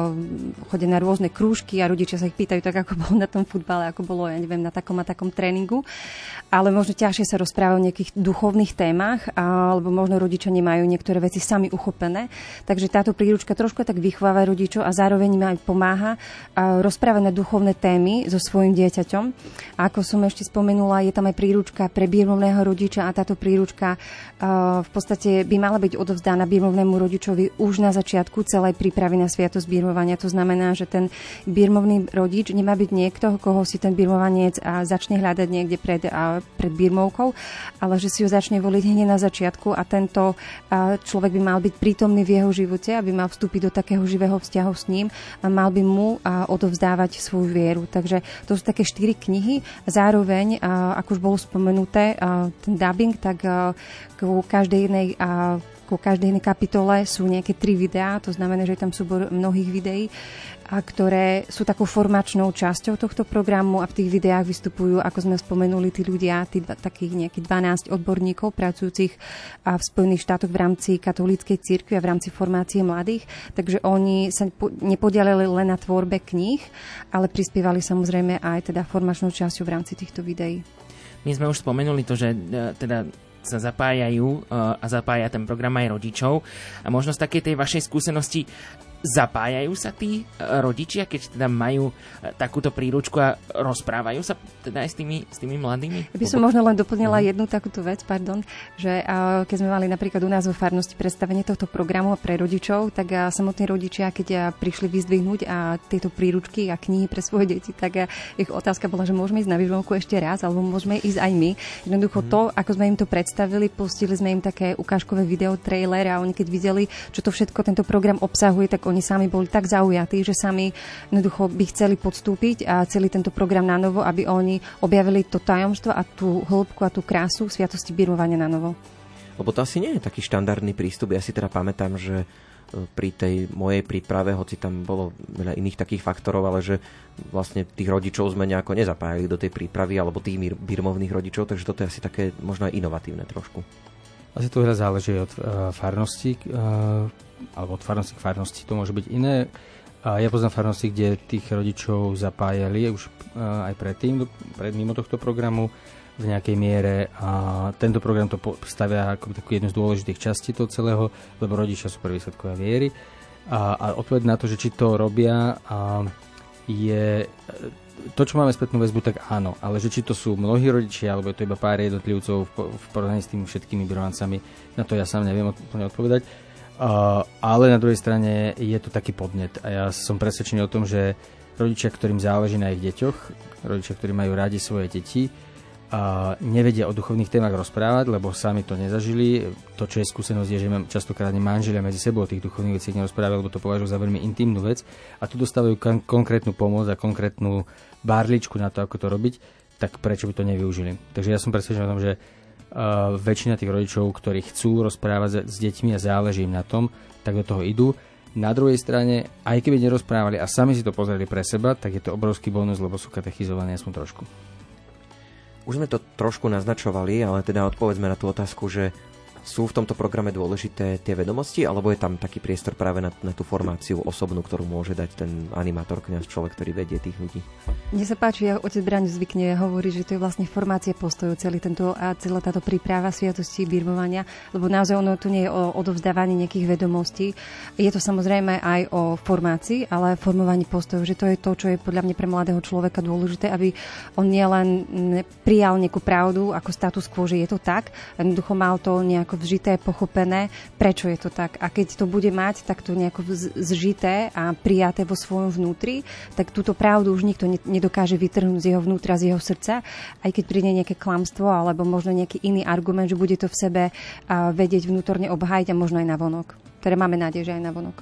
chodia na rôzne krúžky a rodičia sa ich pýtajú tak, ako bolo na tom futbale, ako bolo, ja neviem, na takom a takom tréningu. Ale možno ťažšie sa rozpráva o nejakých duchovných témach, alebo možno rodičia nemajú niektoré veci sami uchopené. Takže táto príručka trošku tak vychováva rodičov a zároveň im aj pomáha rozprávať na duchovné témy so svojím dieťaťom. A ako som ešte spomenula, je tam aj príručka pre birmovného rodiča a táto príručka v podstate by mala byť odovzdaná birmovnému rodičovi už na začiatku celej prípravy na sviatosť birmovania. To znamená, že ten birmovný rodič nemá byť niekto, koho si ten birmovanec začne hľadať niekde pred birmovkou, ale že si ho začne voliť hneď na začiatku a tento človek by mal byť prítomný v jeho živote, aby mal vstúpiť do takého živého vzťahu s ním a mal by mu odovzdávať svoju vieru. Takže to sú také 4 knihy. Zároveň, ako už bolo spomenuté, ten dubbing, tak ku každej jednej kapitole sú nejaké 3 videá, to znamená, že je tam súbor mnohých videí, ktoré sú takou formačnou časťou tohto programu a v tých videách vystupujú, ako sme spomenuli, tí ľudia, takých nejakých 12 odborníkov pracujúcich v Spojených štátoch v rámci katolíckej cirkvi a v rámci formácie mladých. Takže oni sa nepodielili len na tvorbe kníh, ale prispievali samozrejme aj teda formačnou časťou v rámci týchto videí. My sme už spomenuli to, že teda sa zapájajú a zapája ten program aj rodičov. A možno z takej tej vašej skúsenosti, Zapájajú sa tí rodičia, keď teda majú takúto príručku a rozprávajú sa teda aj s tými mladými? Ja by som možno len doplnila jednu takúto vec, že keď sme mali napríklad u nás vo farnosti predstavenie tohto programu pre rodičov, tak samotní rodičia, keď prišli vyzdvihnúť a tieto príručky a knihy pre svoje deti, tak ich otázka bola, že môžeme ísť na výživovku ešte raz, alebo môžeme ísť aj my. Jednoducho to, ako sme im to predstavili, pustili sme im také ukážkové video, trailer a oni keď videli, čo to všetko tento program obsahuje, tak oni sami boli tak zaujatí, že sami jednoducho by chceli podstúpiť a celý tento program na novo, aby oni objavili to tajomstvo a tú hĺbku a tú krásu sviatosti birmovania na novo. Lebo to asi nie je taký štandardný prístup. Ja si teda pamätám, že pri tej mojej príprave, hoci tam bolo veľa iných takých faktorov, ale že vlastne tých rodičov sme nejako nezapájali do tej prípravy, alebo tých birmovných rodičov, takže toto je asi také možno aj inovatívne trošku. Asi to veľa záleží od farnosti, alebo od farnosti k farnosti, to môže byť iné. Ja poznám farnosti, kde tých rodičov zapájali už aj predtým, mimo tohto programu v nejakej miere a tento program to stavia ako takú jednu z dôležitých častí toho celého, lebo rodičia sú prví svedkovia viery. A odpoveď na to, že či to robia, je to, čo máme spätnú väzbu, tak áno, ale že či to sú mnohí rodičia, alebo je to iba pár jednotlivcov v porovnaní s tými všetkými birmovancami, na to ja sám neviem úplne odpovedať. Ale na druhej strane je to taký podnet a ja som presvedčený o tom, že rodičia, ktorým záleží na ich deťoch, rodičia, ktorí majú rádi svoje deti, nevedia o duchovných témach rozprávať, lebo sami to nezažili. To, čo je skúsenosť, je, že častokrát manželia medzi sebou o tých duchovných veciach nerozprávajú, lebo to považujú za veľmi intimnú vec a tu dostávajú konkrétnu pomoc a konkrétnu barličku na to, ako to robiť, tak prečo by to nevyužili. Takže ja som presvedčený o tom, že väčšina tých rodičov, ktorí chcú rozprávať s deťmi a záleží im na tom, tak do toho idú. Na druhej strane, aj keby nerozprávali a sami si to pozreli pre seba, tak je to obrovský bonus, lebo sú katechizovaní aspoň trošku. Už sme to trošku naznačovali, ale teda odpovedzme na tú otázku, že sú v tomto programe dôležité tie vedomosti, alebo je tam taký priestor práve na tú formáciu osobnú, ktorú môže dať ten animátor, kňaz, človek, ktorý vedie tých ľudí? Mne sa páči, otec Braň zvykne hovoriť, že to je vlastne formácia postojov, celá táto príprava sviatosti birmovania, lebo naozaj ono tu nie je o odovzdávaní nejakých vedomostí. Je to samozrejme aj o formácii, ale formovaní postojov, že to je to, čo je podľa mňa pre mladého človeka dôležité, aby on nielen prijal nejakú pravdu ako status quo, že je to tak, jednoducho mal to nejako vžité, pochopené, prečo je to tak. A keď to bude mať takto nejako zžité a prijaté vo svojom vnútri, tak túto pravdu už nikto nedokáže vytrhnúť z jeho vnútra, z jeho srdca, aj keď príde nejaké klamstvo alebo možno nejaký iný argument, že bude to v sebe vedieť vnútorne obhájiť a možno aj navonok. Teda máme nádej, že aj navonok.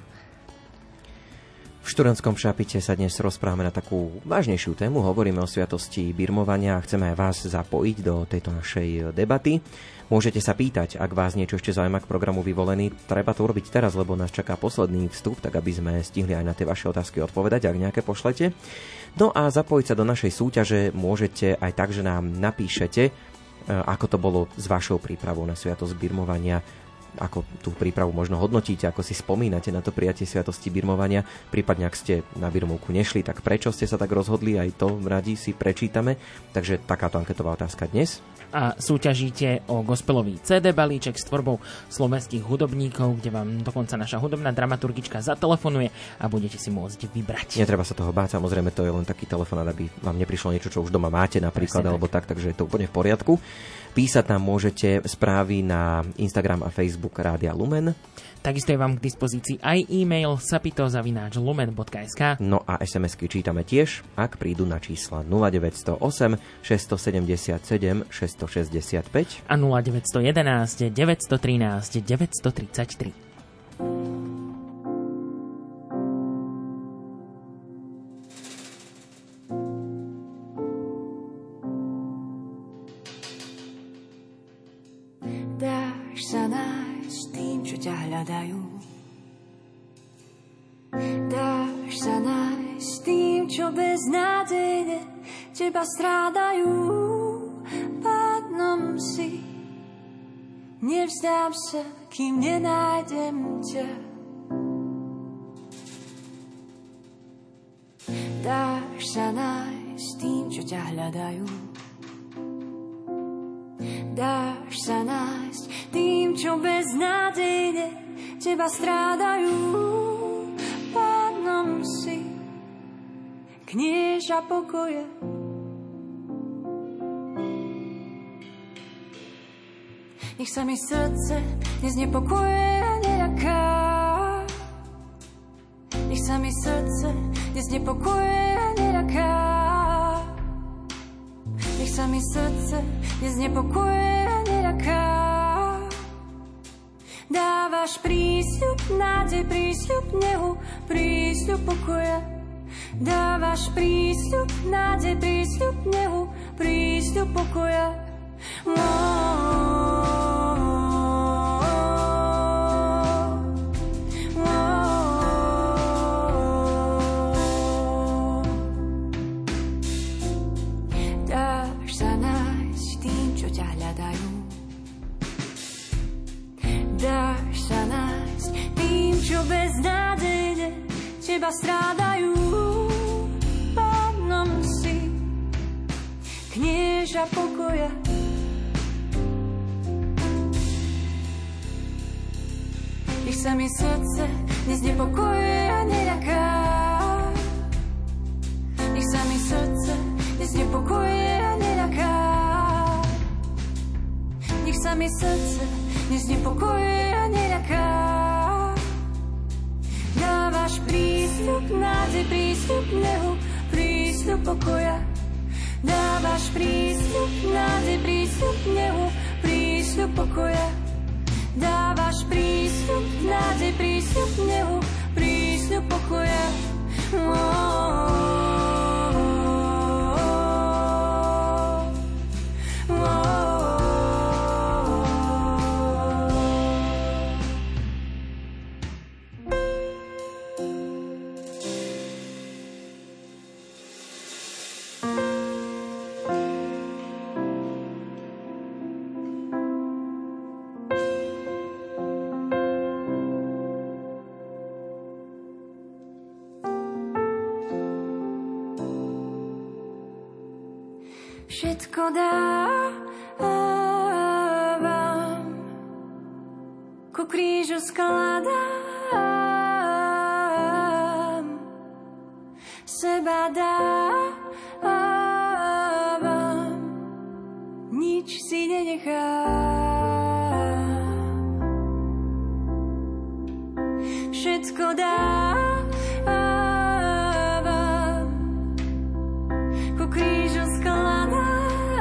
V Študentskom šapite sa dnes rozprávame na takú vážnejšiu tému. Hovoríme o sviatosti birmovania a chceme aj vás zapojiť do tejto našej debaty. Môžete sa pýtať, ak vás niečo ešte zaujíma k programu Vyvolený. Treba to urobiť teraz, lebo nás čaká posledný vstup, tak aby sme stihli aj na tie vaše otázky odpovedať, ak nejaké pošlete. No a zapojiť sa do našej súťaže môžete aj tak, že nám napíšete, ako to bolo s vašou prípravou na sviatosť birmovania, ako tú prípravu možno hodnotíte, ako si spomínate na to prijatie sviatosti birmovania, prípadne ak ste na birmovku nešli, tak prečo ste sa tak rozhodli, aj to radi si prečítame. Takže takáto anketová otázka dnes. A súťažíte o gospelový CD balíček s tvorbou slovenských hudobníkov, kde vám dokonca naša hudobná dramaturgička zatelefonuje a budete si môcť vybrať. Netreba sa toho báť, samozrejme to je len taký telefonát, aby vám neprišlo niečo, čo už doma máte napríklad, alebo tak, takže je to úplne v poriadku. Písať nám môžete správy na Instagram a Facebook Rádia Lumen. Takisto je vám k dispozícii aj e-mail sapito@lumen.sk. No a SMS-ky čítame tiež, ak prídu na čísla 0908 677 665 a 0911 913 933. Dáš sa nájsť tým, čo ťa hľadajú. Dáš sa nájsť tým, čo beznádejne teba strádajú. Pádnom si, nevzdám sa, kým nenájdem ťa. Dáš sa nájsť tým, čo ťa hľadajú. Dáš sa nájsť tým, čo beznádejne teba strádajú. Pánom si, knieža pokoja. Nech sa mi srdce neznepokojuje a neľaká. Nech sa mi srdce neznepokojuje a neľaká. Nech sa mi srdce neznepokojuje a neľaká. Dávaš prísľub, nádej, prísľub nehu, prísľub pokoja. Dávaš prísľub, nádej, prísľub nehu, prísľub pokoja. Dáš sa nájsť tým, čo ťa hľadajú. Dáš sa nájsť tým, čo beznádejne teba strádajú. Pánom si, knieža pokoja. Nech sa mi srdce neznepokojuje a neľaká. Nech sa mi srdce neznepokojuje a neľaká. Nech sa mi srdce neznepokojuje a neľaká. Dávaš prísľub, nádej, prísľub nehu, prísľub pokoja. Dávaš prísľub, nádej, prísľub nehu, prísľub pokoja. Dávaš prísľub, nádej, prísľub nehu, prísľub pokoja. Všetko dávam, ku krížu skladám, seba dávam, nič si nenechám. Všetko dávam, ku krížu skladám,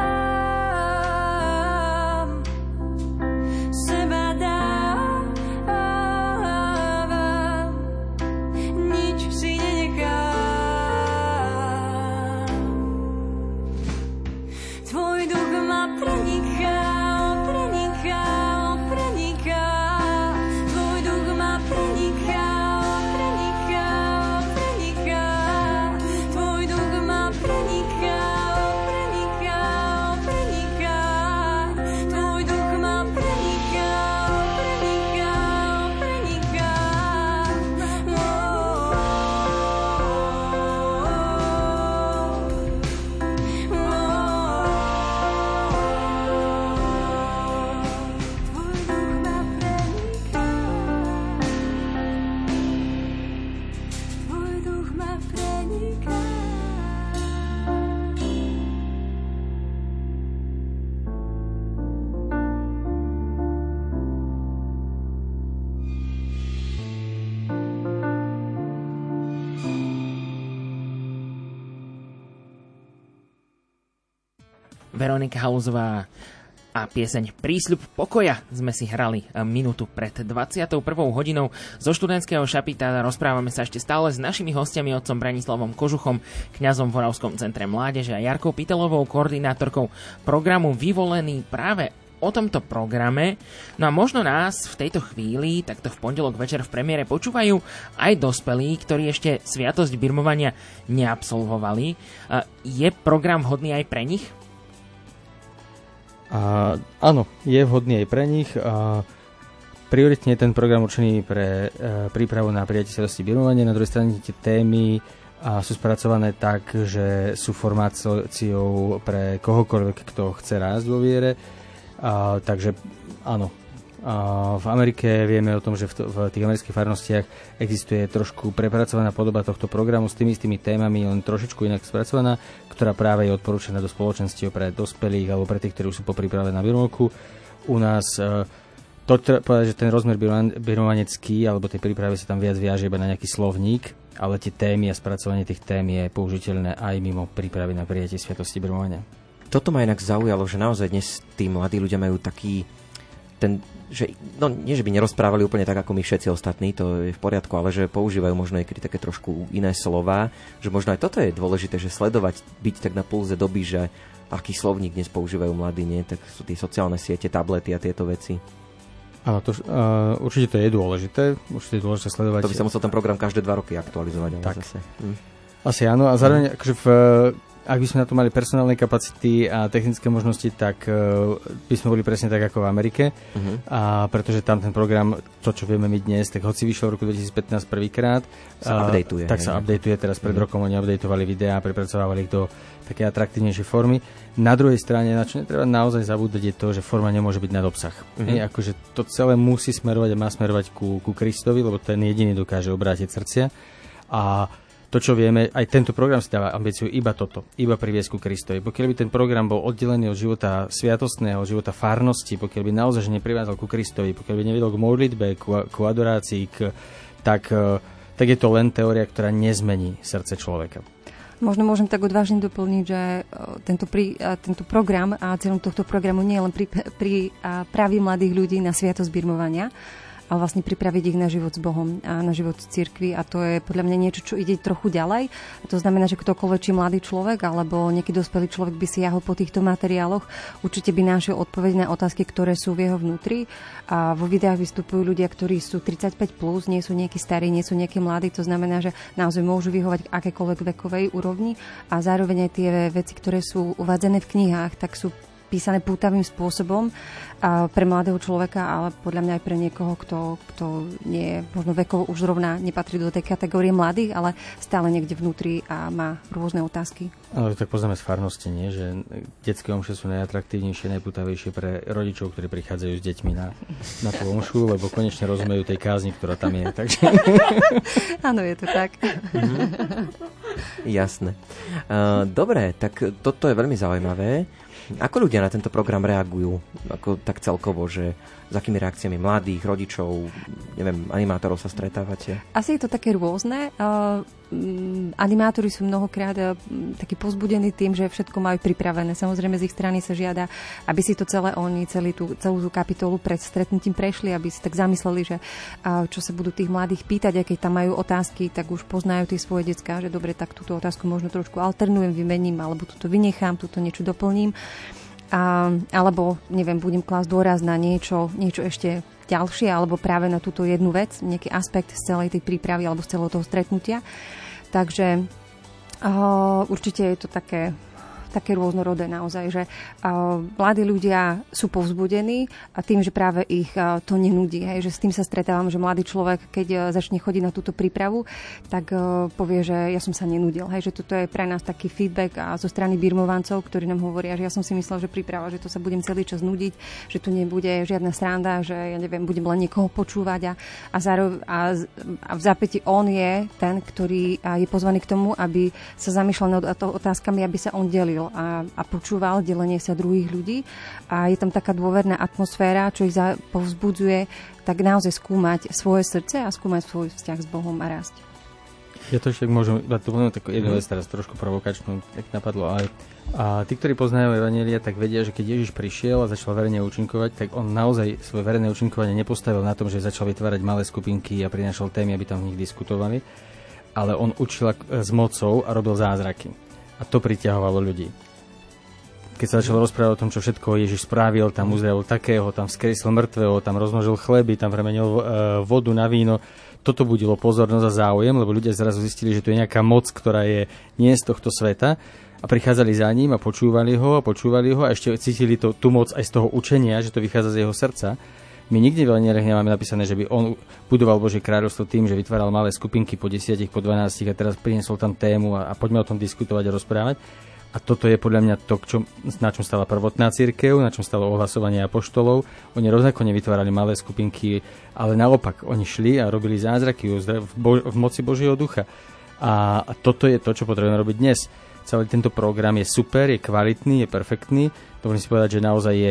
Veronika Haluzová a pieseň Prísľub pokoja sme si hrali minútu pred 21. hodinou. Zo študentského šapita rozprávame sa ešte stále s našimi hostiami, otcom Branislavom Kožuchom, kňazom v Oravskom centre mládeže a Jarkou Pitelovou, koordinátorkou programu Vyvolený práve o tomto programe. No a možno nás v tejto chvíli, takto v pondelok večer v premiére počúvajú aj dospelí, ktorí ešte sviatosť birmovania neabsolvovali. Je program vhodný aj pre nich? Áno, je vhodný aj pre nich. Prioritne je ten program určený pre prípravu na prijatie sviatosti birmovania. Na druhej strane tie témy sú spracované tak, že sú formáciou pre kohokoľvek, kto chce rásť vo viere. Takže áno, V Amerike vieme o tom, že v tých amerických farnostiach existuje trošku prepracovaná podoba tohto programu s tými istými témami, len trošičku inak spracovaná, ktorá práve je odporúčaná do spoločenstiev pre dospelých alebo pre tých, ktorí sú po príprave na birmovku. U nás to treba povedať, že ten rozmer birmovanecký alebo tej prípravy sa tam viac viaže iba na nejaký slovník, ale tie témy a spracovanie tých tém je použiteľné aj mimo prípravy na prijatie sviatosti birmovania. Toto ma inak zaujalo, že naozaj dnes tí mladí ľudia majú taký nie, že by nerozprávali úplne tak, ako my všetci ostatní, to je v poriadku, ale že používajú možno niekedy také trošku iné slová, že možno aj toto je dôležité, že sledovať, byť tak na pulze doby, že aký slovník dnes používajú mladí, nie? Tak sú tie sociálne siete, tablety a tieto veci. Áno, určite to je dôležité, sledovať. To by sa musel ten program každé 2 roky aktualizovať. Ale tak. Zase. Asi áno, a zároveň akože ak by sme na to mali personálne kapacity a technické možnosti, tak by sme boli presne tak ako v Amerike. A pretože tam ten program, to čo vieme my dnes, tak hoci vyšiel v roku 2015 prvýkrát, sa updateuje teraz pred rokom, oni updateovali videá, prepracovávali ich do také atraktívnejšej formy. Na druhej strane, na čo netreba naozaj zabúdať, je to, že forma nemôže byť nad obsah. Akože to celé musí smerovať a má smerovať ku Kristovi, lebo ten jediný dokáže obrátiť srdcia. A to, čo vieme, aj tento program si dáva ambíciu iba toto, iba priviesť ku Kristovi. Pokiaľ by ten program bol oddelený od života sviatostného, od života farnosti, pokiaľ by naozaj že nepriviazal ku Kristovi, pokiaľ by nevedol k modlitbe, ku adorácii, tak je to len teória, ktorá nezmení srdce človeka. Možno môžem tak odvážne doplniť, že tento program a cieľom tohto programu nie je len pripraviť mladých ľudí na sviatosť birmovania, ale vlastne pripraviť ich na život s Bohom a na život v cirkvi, a to je podľa mňa niečo, čo ide trochu ďalej. A to znamená, že ktokoľvek, či mladý človek alebo nejaký dospelý človek by si jahol po týchto materiáloch, určite by našiel odpoveď na otázky, ktoré sú v jeho vnútri. A vo videách vystupujú ľudia, ktorí sú 35+, nie sú nejakí starí, nie sú nejakí mladí, to znamená, že naozaj môžu vyhovať akékoľvek vekovej úrovni, a zároveň aj tie veci, ktoré sú uvádzané v knihách, tak sú písané pútavým spôsobom pre mladého človeka, ale podľa mňa aj pre niekoho, kto nie je možno vekovo už zrovna nepatrí do tej kategórie mladých, ale stále niekde vnútri a má rôzne otázky. Ale tak poznáme z farnosti, nie? Že detské omše sú najatraktívnejšie, najpútavejšie pre rodičov, ktorí prichádzajú s deťmi na tú omšu, lebo konečne rozumejú tej kázni, ktorá tam je. Takže... Áno, je to tak. Jasné. Dobre, tak toto je veľmi zaujímavé. Ako ľudia na tento program reagujú? Ako tak celkovo, že s akými reakciami mladých, rodičov, neviem, animátorov sa stretávate? Asi je to také rôzne. Animátori sú mnohokrát takí povzbudení tým, že všetko majú pripravené. Samozrejme z ich strany sa žiada, aby si to celé oni, celú tú kapitolu pred stretnutím prešli, aby si tak zamysleli, že čo sa budú tých mladých pýtať, a keď tam majú otázky, tak už poznajú tie svoje decká, že dobre, tak túto otázku možno trošku alternujem, vymením, alebo túto vynechám, túto niečo doplním. Alebo, neviem, budem klásť dôraz na niečo ešte ďalšie, alebo práve na túto jednu vec, nejaký aspekt z celej tej prípravy alebo z celého toho stretnutia. Takže určite je to také rôznorodé naozaj, že mladí ľudia sú povzbudení a tým, že práve ich to nenudí, hej, že s tým sa stretávam, že mladý človek, keď začne chodiť na túto prípravu, tak povie, že ja som sa nenudil, hej, že toto je pre nás taký feedback a zo strany birmovancov, ktorí nám hovoria, že ja som si myslel, že príprava, že to sa budem celý čas nudiť, že tu nebude žiadna sranda, že ja neviem, budem len niekoho počúvať a v zápäti on je ten, ktorý je pozvaný k tomu, aby sa zamýšľal nad otázkami, aby sa on delil a počúval delenie sa druhých ľudí, a je tam taká dôverná atmosféra, čo ich povzbudzuje tak naozaj skúmať svoje srdce a skúmať svoj vzťah s Bohom a rásť. Ja to ešte môžem doplniť takú jednu vec teraz trošku provokačnú, tak napadlo, ale tí, ktorí poznajú evanjelia, tak vedia, že keď Ježiš prišiel a začal verejne účinkovať, tak on naozaj svoje verejné účinkovanie nepostavil na tom, že začal vytvárať malé skupinky a prinášal témy, aby tam v nich diskutovali, ale on učil s mocou a robil zázraky. A to priťahovalo ľudí. Keď sa začal rozprávať o tom, čo všetko Ježiš spravil, tam uzdravil takého, tam vzkriesol mŕtvého, tam rozmnožil chleby, tam premenil vodu na víno, toto budilo pozornosť a záujem, lebo ľudia zrazu zistili, že to je nejaká moc, ktorá je nie z tohto sveta, a prichádzali za ním a počúvali ho a ešte cítili tú moc aj z toho učenia, že to vychádza z jeho srdca. My nikde v evanjeliách nemáme napísané, že by on budoval Božie kráľovstvo tým, že vytváral malé skupinky po 10, po 12 a teraz priniesol tam tému a poďme o tom diskutovať a rozprávať. A toto je podľa mňa to, na čom stala prvotná cirkev, na čom stalo ohlasovanie apoštolov. Oni rovnako nevytvárali malé skupinky, ale naopak, oni šli a robili zázraky v moci Božieho ducha. A toto je to, čo potrebujeme robiť dnes. Celý tento program je super, je kvalitný, je perfektný. Dovolím si povedať, že naozaj je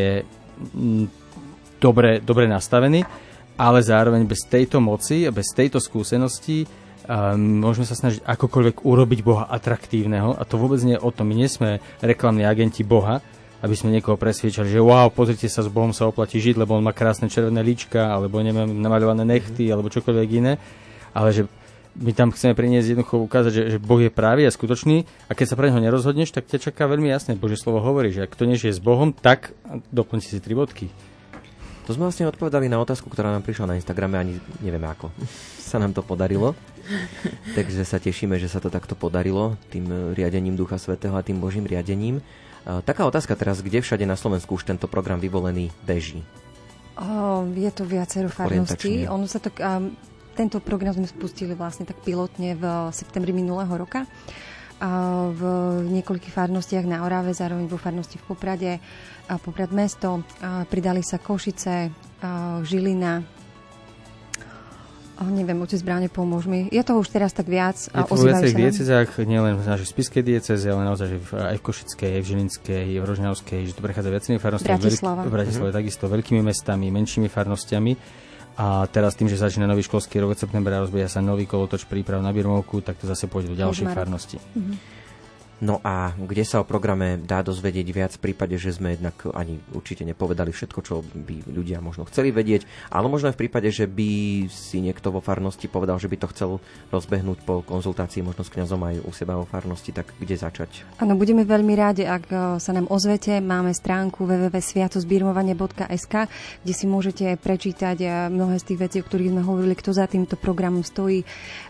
dobre nastavený, ale zároveň bez tejto moci a bez tejto skúsenosti môžeme sa snažiť akokoľvek urobiť Boha atraktívneho, a to vôbec nie je o tom. My nie sme reklamní agenti Boha, aby sme niekoho presviečali, že wow, pozrite sa, s Bohom sa oplatí žiť, lebo on má krásne červené líčka, alebo nemám namaľované nechty, alebo čokoľvek iné, ale že my tam chceme priniesť jednoducho ukázať, že Boh je pravý a skutočný, a keď sa pre neho nerozhodneš, tak ťa čaká veľmi jasné. Božie slovo hovorí, že ak to nežije s Bohom, tak doplňte si 3 bodky. To sme vlastne odpovedali na otázku, ktorá nám prišla na Instagrame, ani nevieme ako sa nám to podarilo. Takže sa tešíme, že sa to takto podarilo tým riadením Ducha Svätého a tým Božím riadením. Taká otázka teraz, kde všade na Slovensku už tento program Vyvolený beží? Je to viacero farností. Tento program sme spustili vlastne tak pilotne v septembri minulého roka. V niekoľkých farnostiach na Orave, zároveň vo farnosti v Poprade, Poprad mesto, pridali sa Košice, Žilina. Neviem, otec Bráne, pomôž mi. Je toho už teraz tak viac. Je to vo viacerých diecezách, nielen v našej spišskej dieceze, ale naozaj že aj v Košickej, aj v Žilinskej, aj v Rožňavskej, že to prechádza viacerými farnostiami. V Bratislave takisto veľkými mestami, menšími farnostiami. A teraz tým, že začína nový školský rok od septembra, rozbieha sa nový kolotoč príprav na birmovku, tak to zase pôjde do ďalších farností. No a kde sa o programe dá dozvedieť viac v prípade, že sme jednak ani určite nepovedali všetko, čo by ľudia možno chceli vedieť, ale možno aj v prípade, že by si niekto vo farnosti povedal, že by to chcel rozbehnúť po konzultácii možno s kňazom aj u seba vo farnosti, tak kde začať? Áno, budeme veľmi rádi, ak sa nám ozvete. Máme stránku www.sviatosbirmovanie.sk, kde si môžete prečítať mnohé z tých vecí, o ktorých sme hovorili, kto za týmto programom stojí.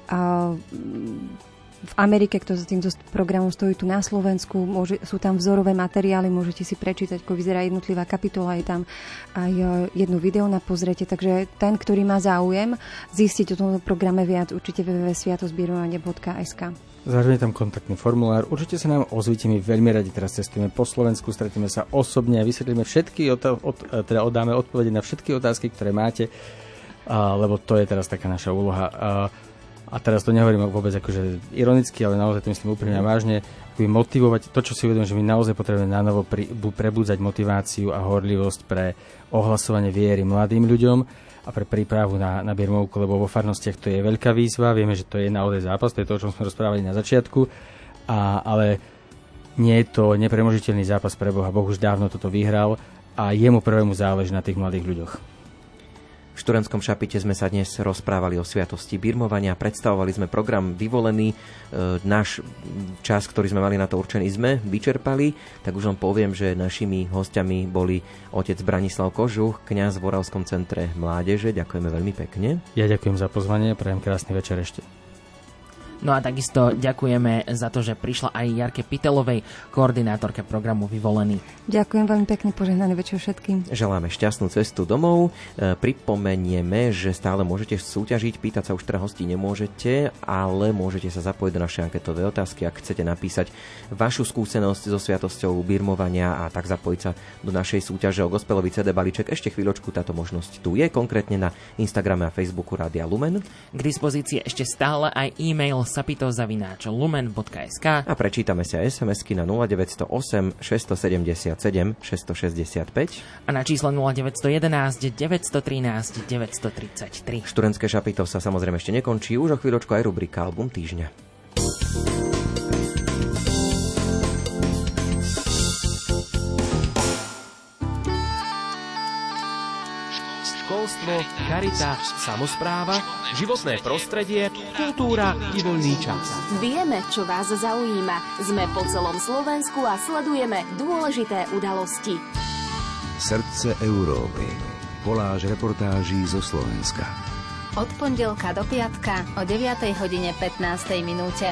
V Amerike, kto za týmto programom stojí, tu na Slovensku, sú tam vzorové materiály, môžete si prečítať, ako vyzerá jednotlivá kapitola, je tam aj jedno video na pozretie, takže ten, ktorý má záujem zistiť o tomto programe viac, určite www.sviatosbirmovanie.sk. Zároveň je tam kontaktný formulár. Určite sa nám ozvite, my veľmi radi teraz cestujeme po Slovensku, stretneme sa osobne a vysvetlíme oddáme odpovede na všetky otázky, ktoré máte, lebo to je teraz taká naša úloha. A teraz to nehovorím vôbec akože ironicky, ale naozaj to myslím úprimne vážne, motivovať to, čo si uvedomím, že my naozaj potrebujeme na novo prebudzať motiváciu a horlivosť pre ohlasovanie viery mladým ľuďom a pre prípravu na birmovku, lebo vo farnostiach to je veľká výzva, vieme, že to je naozaj zápas, to je to, o čom sme rozprávali na začiatku, ale nie je to nepremožiteľný zápas pre Boha. Boh už dávno toto vyhral a jemu prvému záleží na tých mladých ľuďoch. V Šturenskom šapite sme sa dnes rozprávali o sviatosti birmovania, predstavovali sme program Vyvolený. Náš čas, ktorý sme mali na to určený, sme vyčerpali, tak už len poviem, že našimi hostiami boli otec Branislav Kožuch, kňaz v Oravskom centre mládeže. Ďakujeme veľmi pekne. Ja ďakujem za pozvanie a prajem krásny večer ešte. No a takisto ďakujeme za to, že prišla aj Jarke Pitelovej, koordinátorke programu Vyvolený. Ďakujem veľmi pekne, požehnaný večer všetkým. Želáme šťastnú cestu domov. Pripomenieme, že stále môžete súťažiť, pýtať sa už teda hostí nemôžete, ale môžete sa zapojiť do našej anketové otázky, ak chcete napísať vašu skúsenosť so sviatosťou birmovania a tak zapojiť sa do našej súťaže o gospelový CD balíček. Ešte chvíľočku, táto možnosť tu je, konkrétne na Instagrame a Facebooku Rádia Lumen. K dispozícii ešte stále aj e-mail sapito@lumen.sk a prečítame si aj SMS-ky na 0908 677 665 a na čísle 0911 913 933. Študentské šapito sa samozrejme ešte nekončí, už o chvíľočku aj rubrika Album týždňa. Školstvo, charita, samospráva, životné prostredie, kultúra i voľný čas. Vieme, čo vás zaujíma. Sme po celom Slovensku a sledujeme dôležité udalosti. Srdce Európy. Koláž reportáží zo Slovenska. Od pondelka do piatka o 9:15.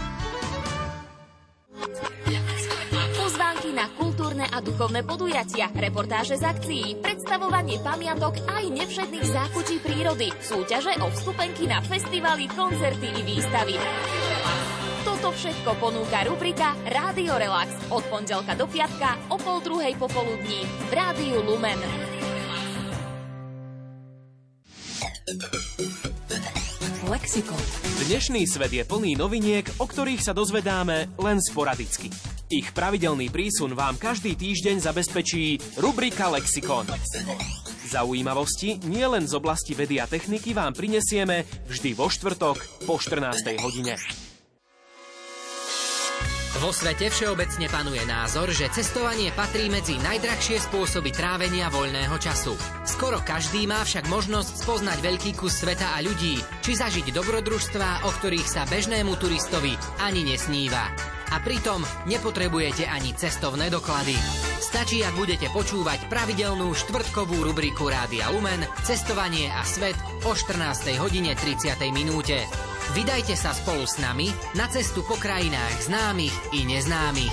Na kultúrne a duchovné podujatia, reportáže z akcií, predstavovanie pamiatok aj nevšetných zákučí prírody, súťaže o vstupenky na festivaly, koncerty i výstavy. Toto všetko ponúka rubrika Rádio Relax od pondelka do piatka o 12:30 popoludní v Rádiu Lumen. Lexikon. Dnešný svet je plný noviniek, o ktorých sa dozvedáme len sporadicky. Ich pravidelný prísun vám každý týždeň zabezpečí rubrika Lexikon. Zaujímavosti nielen z oblasti vedy a techniky vám prinesieme vždy vo štvrtok po 14. hodine. Vo svete všeobecne panuje názor, že cestovanie patrí medzi najdrahšie spôsoby trávenia voľného času. Skoro každý má však možnosť spoznať veľký kus sveta a ľudí, či zažiť dobrodružstvá, o ktorých sa bežnému turistovi ani nesníva. A pritom nepotrebujete ani cestovné doklady. Stačí, ak budete počúvať pravidelnú štvrtkovú rubriku Rádia Lumen Cestovanie a svet o 14:30 minúte. Vydajte sa spolu s nami na cestu po krajinách známych i neznámych.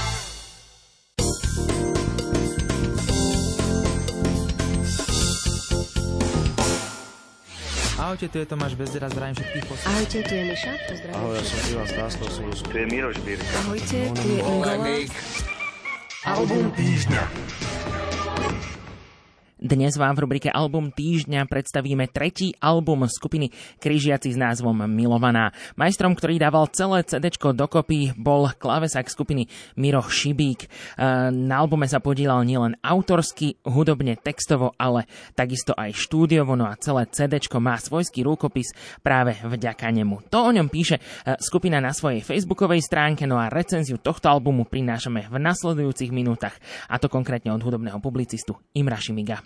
Ahojte, tu je Tomáš Bezdera, zdravím všetkých poslucháčov. Ahojte, tu je Miša, pozdravím. Ahoj, ja som Ivan Stásov, tu je Miroš Birka. Ahojte, tu je Ingola. Album týždňa. Dnes vám v rubrike Album týždňa predstavíme tretí album skupiny Križiaci s názvom Milovaná. Majstrom, ktorý dával celé CDčko dokopy, bol klávesák skupiny Miro Šibík. Na albume sa podieľal nielen autorsky, hudobne, textovo, ale takisto aj štúdiovo, no a celé CDčko má svojský rukopis práve vďaka nemu. To o ňom píše skupina na svojej facebookovej stránke, no a recenziu tohto albumu prinášame v nasledujúcich minútach, a to konkrétne od hudobného publicistu Imra Šimiga.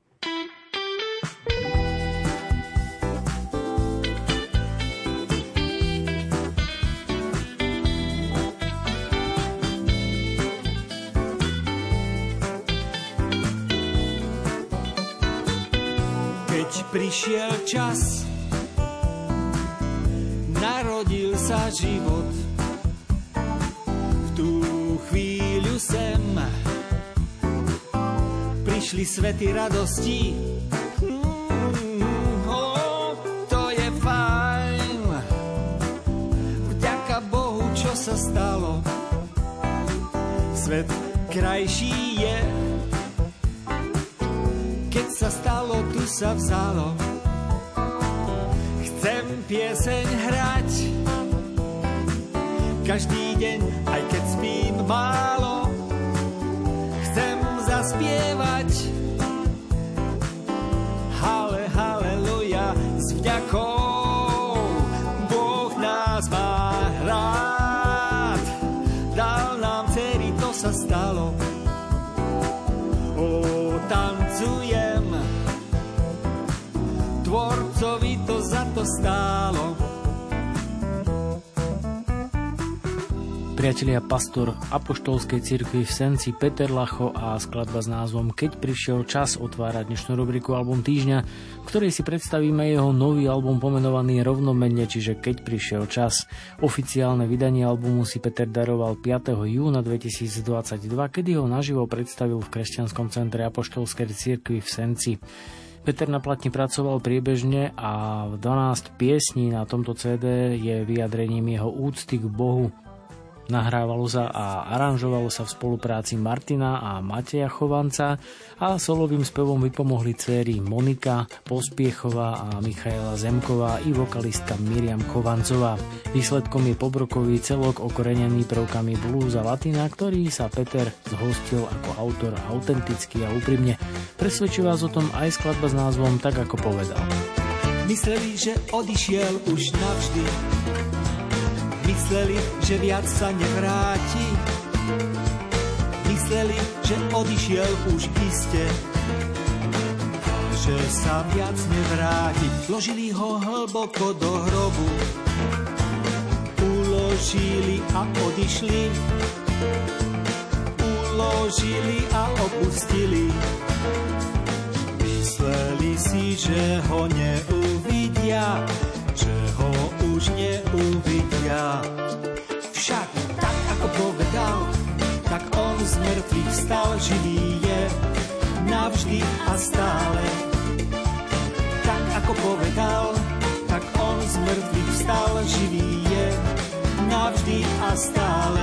Keď prišiel čas, narodil sa život. V tú chvíľu sem prišli svety radosti. To je fajn. Vďaka Bohu, čo sa stalo. Svet krajší je. Keď sa stalo, tu sa vzalo. Chcem pieseň hrať každý deň, aj keď spím málo. Chcem zaspievať Haleluja s vďakou. Boh nás má rád, dal nám dcery, to sa stalo. Tancujem, tvorcovi to za to stálo. Priatelia, pastor apoštolskej cirkvi v Senci Peter Lacho a skladba s názvom Keď prišiel čas otvára dnešnú rubriku Album týždňa, v ktorej si predstavíme jeho nový album pomenovaný rovnomenne, čiže Keď prišiel čas. Oficiálne vydanie albumu si Peter daroval 5. júna 2022, kedy ho naživo predstavil v Kresťanskom centre apoštolskej cirkvi v Senci. Peter na platni pracoval priebežne a 12 piesní na tomto CD je vyjadrením jeho úcty k Bohu. Nahrávalo sa a aranžovalo sa v spolupráci Martina a Mateja Chovanca a solovým spevom vypomohli dcéry Monika Pospiechová a Michaela Zemková i vokalistka Miriam Chovancová. Výsledkom je pobrokový celok okorenený prvkami blues a latina, ktorý sa Peter zhostil ako autor autenticky a úprimne. Presvedčí vás o tom aj skladba s názvom Tak ako povedal. Mysleli, že odišiel už navždy. Mysleli, že viac sa nevráti. Mysleli, že odišiel už iste, že sa viac nevráti. Vložili ho hlboko do hrobu, uložili a odišli, uložili a opustili. Mysleli si, že ho neuvidia, že ho už neuvidia. Však tak ako povedal, tak on z mŕtvych vstal, živý je navždy a stále. Tak ako povedal, tak on z mŕtvych vstal, živý je navždy navždy a stále.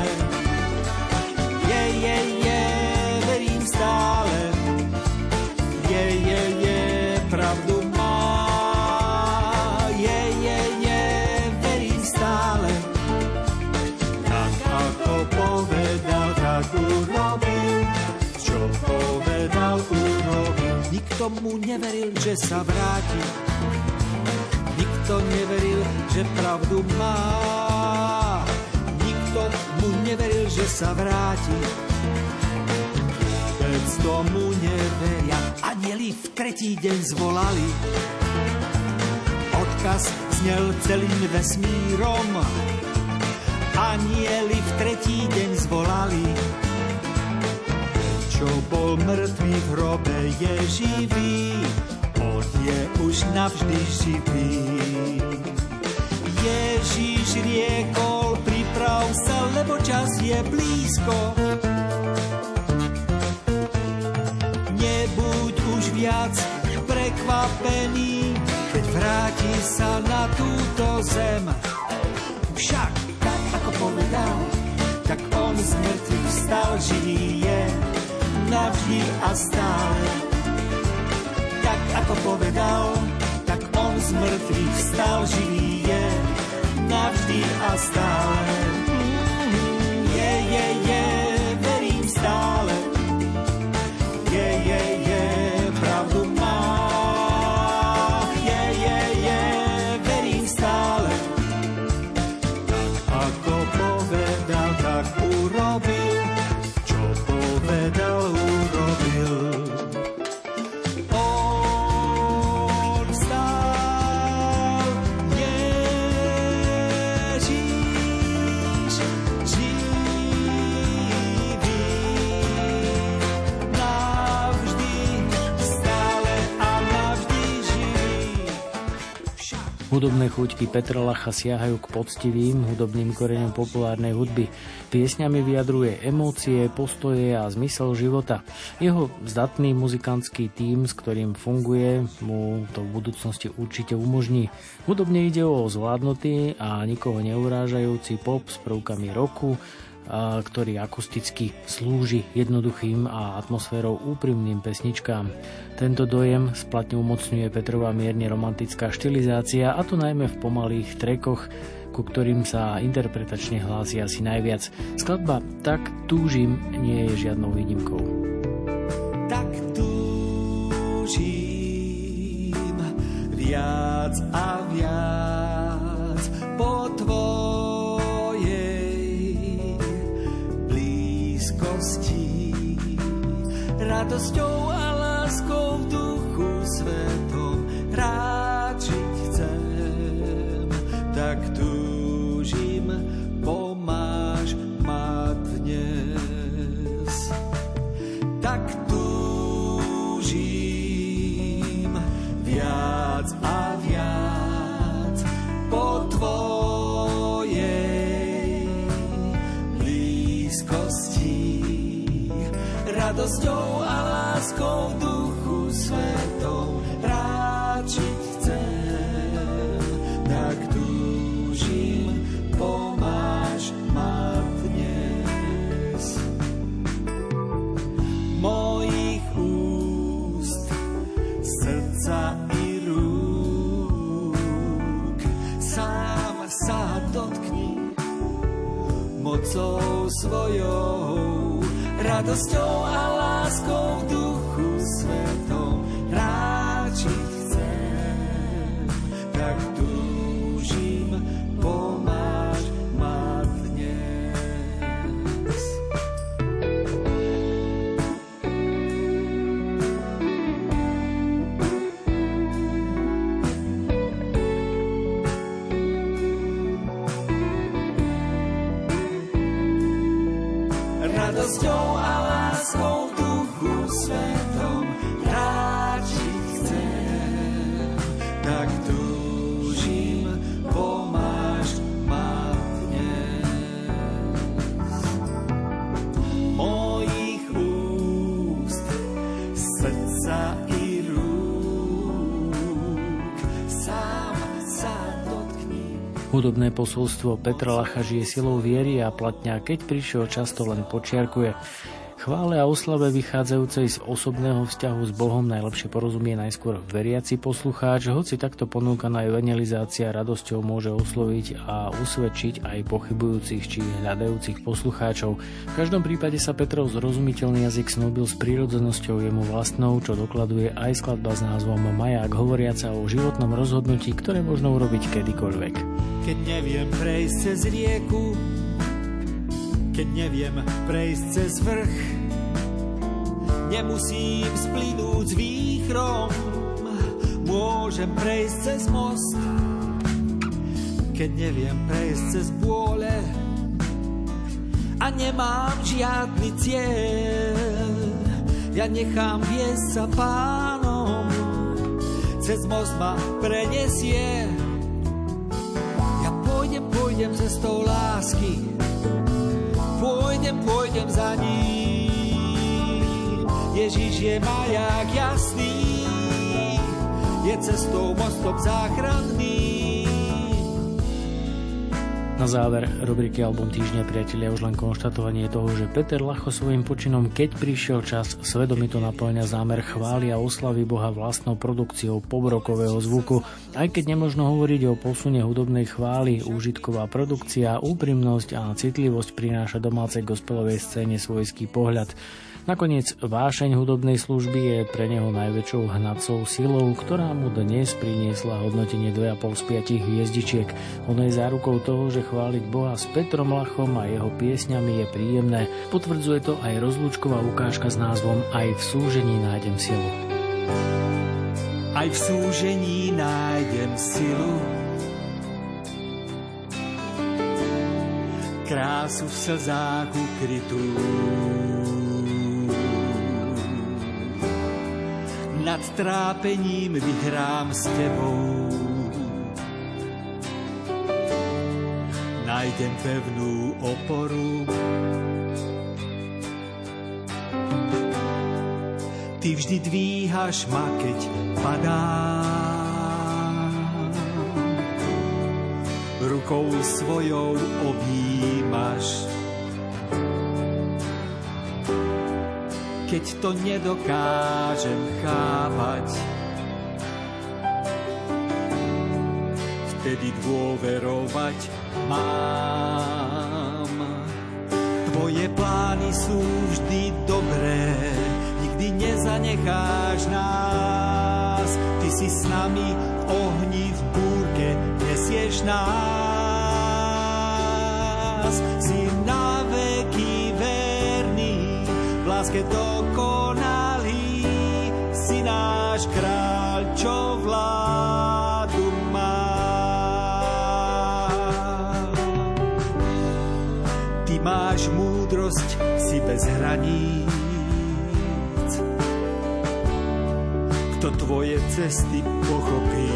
Verím stále. Pravdu má. Verím stále. Tak ako povedal, tak urobil. Čo povedal, urobil. Nikto mu neveril, že sa vráti. Nikto neveril, že pravdu má. Nikto mu neveril, že sa vráti. Vôbec tomu neveria. Anjeli v tretí deň zvolali. Odkaz znel celým vesmírom. Anjeli v tretí deň zvolali. Čo bol mŕtvý v hrobe, je živý. On je už navždy živý. Ježíš riekol, priprav sa, lebo čas je blízko. Nebuď už viac prekvapený, keď vráti sa na túto zem. Však, tak ako povedal, tak on z mŕtvych vstal, živý je navždy a stále. Tak ako povedal, tak on z mŕtvych vstal, živý je navždy a stále. Verím stále. Pravdu má. Verím stále. Tak ako povedal, tak urobil. Čo povedal, urobil. On stál, Ježíš živý. Navždy, stále a navždy živý. Hudobné chuťky Petra Lacha siahajú k poctivým hudobným koreňom populárnej hudby. Piesňami vyjadruje emócie, postoje a zmysel života. Jeho zdatný muzikantský tím, s ktorým funguje, mu to v budúcnosti určite umožní. Hudobne ide o zvládnutý a nikoho neurážajúci pop s prvkami rocku, ktorý akusticky slúži jednoduchým a atmosférou úprimným pesničkám. Tento dojem splatne umocňuje Petrova mierne romantická štilizácia, a to najmä v pomalých trekoch, ku ktorým sa interpretačne hlási asi najviac. Skladba Tak túžim nie je žiadnou výnimkou. Tak túžim viac a viac po tvojej blízkosti, radosťou a láskou v duchu svetom rád žiť chcem. Tak túžim, pomáš ma dnes. Tak túžim viac a viac po tvojej blízkosti, radosťou a láskou v duchu svetom rád žiť chcem. Tak túžim, pomáš ma dnes. Mojich úst, srdca i rúk, sám sa dotkni mocou svojou, radosťou a láskou v duchu svetom rád žiť chcem. Tak túžim, pomáš ma dnes. Radosťou a láskou v duchu svetom rád žiť chcem. Tak túžim, pomáš ma dnes. Mojich úst, srdca i rúk, sám sa dotkni Hudobné posolstvo Petra Lacha žije silou viery a platňa, keď prišiel často len počiarkuje. Chvále a oslave vychádzajúcej z osobného vzťahu s Bohom najlepšie porozumie najskôr veriaci poslucháč, hoci takto ponúkaná evangelizácia radosťou môže osloviť a usvedčiť aj pochybujúcich či hľadajúcich poslucháčov. V každom prípade sa Petrov zrozumiteľný jazyk snúbil s prírodzenosťou jemu vlastnou, čo dokladuje aj skladba s názvom Maják, hovoriaca o životnom rozhodnutí, ktoré možno urobiť kedykoľvek. Keď neviem prejsť cez rieku, keď neviem prejsť cez vrch, nemusím splynúť s výchrom, môžem prejsť cez most. Keď neviem prejsť cez bôle a nemám žiadny cieľ, ja nechám viesť sa Pánom, cez most ma prenesie. Ja pôjdem cestou lásky, pôjdem za ním. Ježiš je maják jasný, je cestou, mostom záchranný. Na záver rubriky Album týždňa, priatelia, už len konštatovanie toho, že Peter Lacho svojím počinom Keď prišiel čas svedomito naplňa zámer chvály a oslavy Boha vlastnou produkciou pop-rockového zvuku. Aj keď nemožno hovoriť o posune hudobnej chvály, úžitková produkcia, úprimnosť a citlivosť prináša domácej gospelovej scéne svojský pohľad. Nakoniec vášeň hudobnej služby je pre neho najväčšou hnacou silou, ktorá mu dnes priniesla hodnotenie 2,5 z 5 hviezdičiek. Ono je zárukou toho, že chváliť Boha s Petrom Lachom a jeho piesňami je príjemné. Potvrdzuje to aj rozlúčková ukážka s názvom Aj v súžení nájdem silu. Aj v súžení nájdem silu, krásu v slzách ukrytú. Nad trápením vyhrám s tebou, nájdem pevnú oporu. Ty vždy dvíhaš ma, keď padám, rukou svojou objímaš, keď to nedokážem chápať. Vtedy dôverovať mám. Tvoje plány sú vždy dobré, nikdy nezanecháš nás. Ty si s nami v ohni, v búrke nesieš nás. Si na veky verný, v láske dokonalý, si náš kráľ, čo vládu má. Ty máš múdrosť, si bez hraníc, kto tvoje cesty pochopí.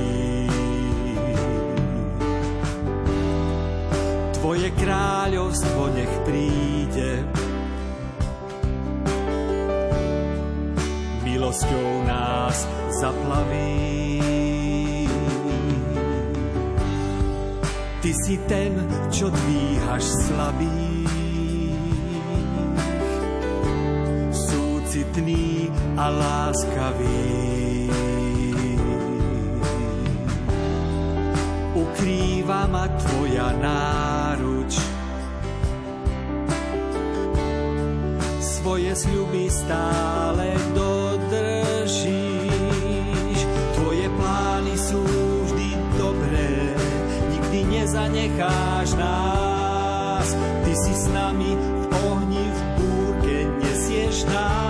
Tvoje kráľovstvo nech príde, milosťou nás zaplaví. Ty si ten, čo dvíhaš slabých, súcitný a láskavý. Ukrýva ma tvoja náruč, svoje sľuby stále dodržíš. Tvoje plány sú vždy dobré, nikdy nezanecháš nás. Ty si s nami v ohni, v búrke nesieš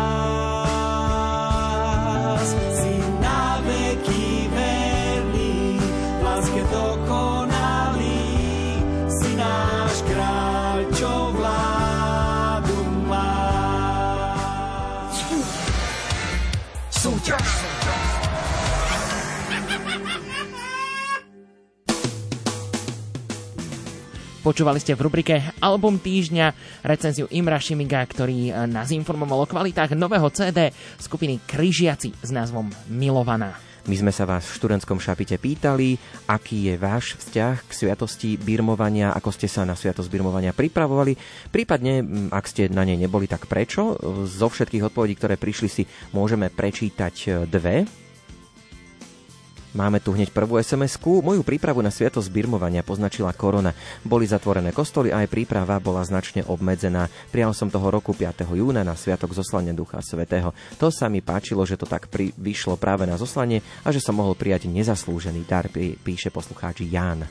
nás. Si na veky verný, v láske dokonalý, si náš kráľ, čo vládu má. Súťaž. Počúvali ste v rubrike Album týždňa recenziu Imra Šimiga, ktorý nás informoval o kvalitách nového CD skupiny Kryžiaci s názvom Milovaná. My sme sa vás v študentskom šapite pýtali, aký je váš vzťah k sviatosti birmovania, ako ste sa na sviatosť birmovania pripravovali, prípadne, ak ste na nej neboli, tak prečo? Zo všetkých odpovedí, ktoré prišli, si môžeme prečítať dve. Máme tu hneď prvú SMS-ku. Moju prípravu na sviatosť birmovania poznačila korona. Boli zatvorené kostoly a aj príprava bola značne obmedzená. Prijal som toho roku 5. júna na sviatok zoslania Ducha Svätého. To sa mi páčilo, že to tak vyšlo práve na zoslanie a že som mohol prijať nezaslúžený dar, píše poslucháč Ján.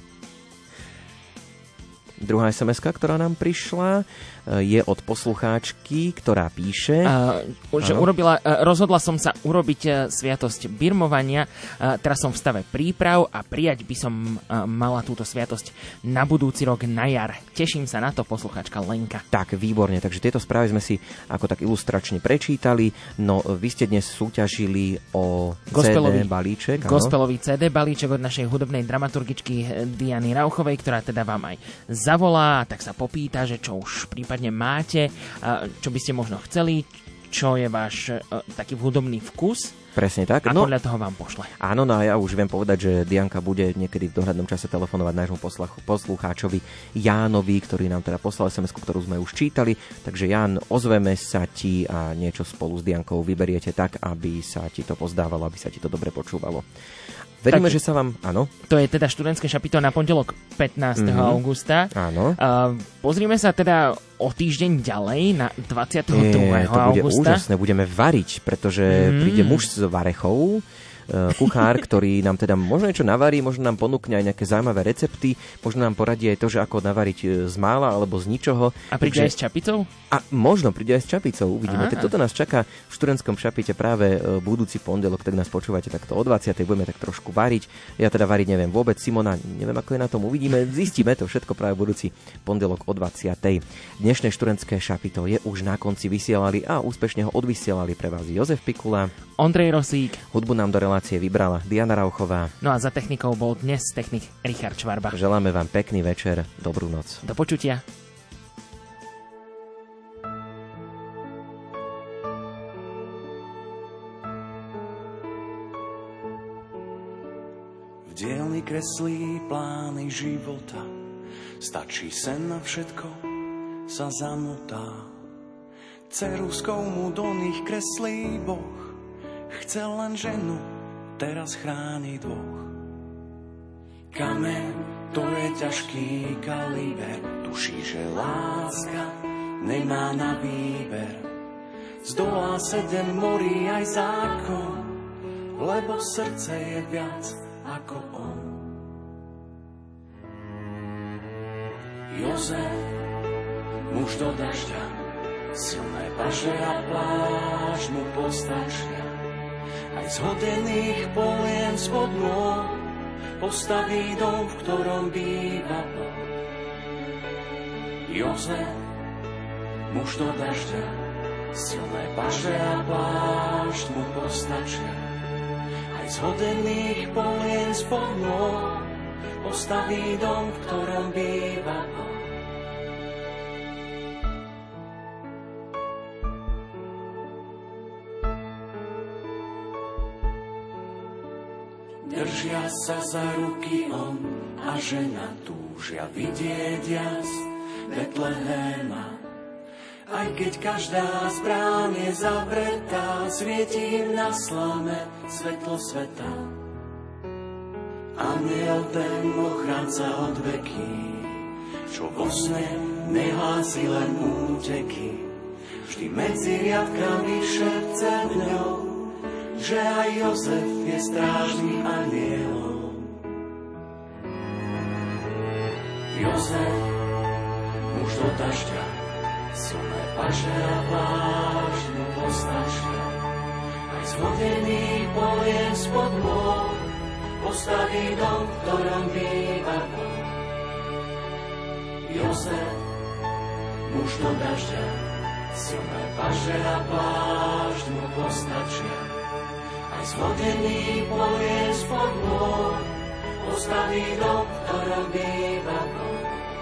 Druhá SMS-ka, ktorá nám prišla, je od poslucháčky, ktorá píše... rozhodla som sa urobiť sviatosť birmovania, teraz som v stave príprav a prijať by som mala túto sviatosť na budúci rok na jar. Teším sa na to, poslucháčka Lenka. Tak, výborne, takže tieto správy sme si ako tak ilustračne prečítali. No, vy ste dnes súťažili o CD balíček. Gospelový CD balíček od našej hudobnej dramaturgičky Diany Rauchovej, ktorá teda vám aj zavolá, tak sa popýta, že čo už prípadne máte, čo by ste možno chceli, čo je váš taký hudobný vkus. Presne tak. A podľa toho vám pošle. Áno, no a ja už viem povedať, že Dianka bude niekedy v dohľadnom čase telefonovať nášmu poslucháčovi Jánovi, ktorý nám teda poslal SMS-ku, ktorú sme už čítali. Takže Ján, ozveme sa ti a niečo spolu s Diankou vyberiete tak, aby sa ti to pozdávalo, aby sa ti to dobre počúvalo. Veríme, že sa vám... Áno. To je teda študentské šapito na pondelok 15. augusta. Áno. Pozrime sa teda o týždeň ďalej na 22. To bude augusta. Úžasné, budeme variť, pretože príde muž s varechou, kuchár, ktorý nám teda možno niečo navarí, možno nám ponúkne aj nejaké zaujímavé recepty, možno nám poradí aj to, že ako navariť z mála alebo z ničoho. A príde aj s čapicou? A možno príde aj s čapicou, uvidíme. Tak toto nás čaká v študentskom šapite práve budúci pondelok, tak nás počúvate takto o 20. budeme tak trošku variť. Ja teda variť neviem vôbec, Simona, neviem ako je na tom, uvidíme, zistíme to všetko práve budúci pondelok o 20. Dnešné študentské šapito je už na konci, vysielali a úspešne ho odvysielali pre vás Jozef Pikula, Ondrej Rosík. Hudbu nám do relácie vybrala Diana Rauchová. No a za technikou bol dnes technik Richard Čvarba. Želáme vám pekný večer, dobrú noc. Do počutia. V dielni kreslí plány života, stačí sen na všetko, sa zamotá. Ceruskou mu do nich kreslí Boh, chcel len ženu, teraz chráni dvoch. Kameň, to je ťažký kaliber, tuší, že láska nemá na výber. Zdolá 7 morí aj zákon, lebo srdce je viac ako on. Jozef, muž do dažďa, silné paže a pláž mu postačia. Aj z hodených polien spod nôh postaví dom, v ktorom býva Boh. Jozef, muž do dažďa, silné paže a plášť mu postačia. Aj z hodených polien spod nôh postaví dom, v ktorom býva Boh. Držia sa za ruky on a žena túžia vidieť jas Betlehema. Aj keď každá z brán je zavretá, svieti im na slame svetlo sveta. Anjel ten ochránca od veky, čo vo sne nehlási len úteky, vždy medzi riadkami šepce dňou, že aj Jozef je strážnym anjelom. Jozef, muž do dažďa, silné paže a plášť mu postačia. Aj z hodených polien spod nôh postaví dom, v ktorom býva Boh. Jozef, muž do dažďa, silné paže a plášť mu postačia. Aj z hodených polien spod nôh postaví dom, v ktorom býva Boh.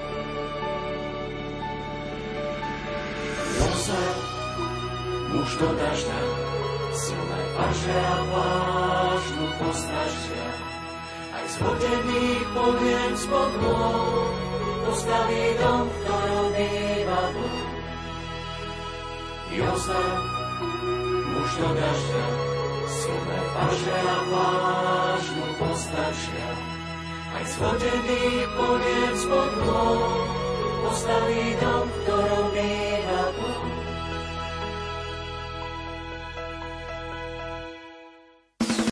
Jozef, muž do dažďa, silné paže a plášť mu postačia. Aj z vodených polien spod môj postaví dom, v ktorom býva Boh. Jozef, muž do dažďa, silné paže a vážnu postačia. Aj z vodených polien spod môj postaví dom,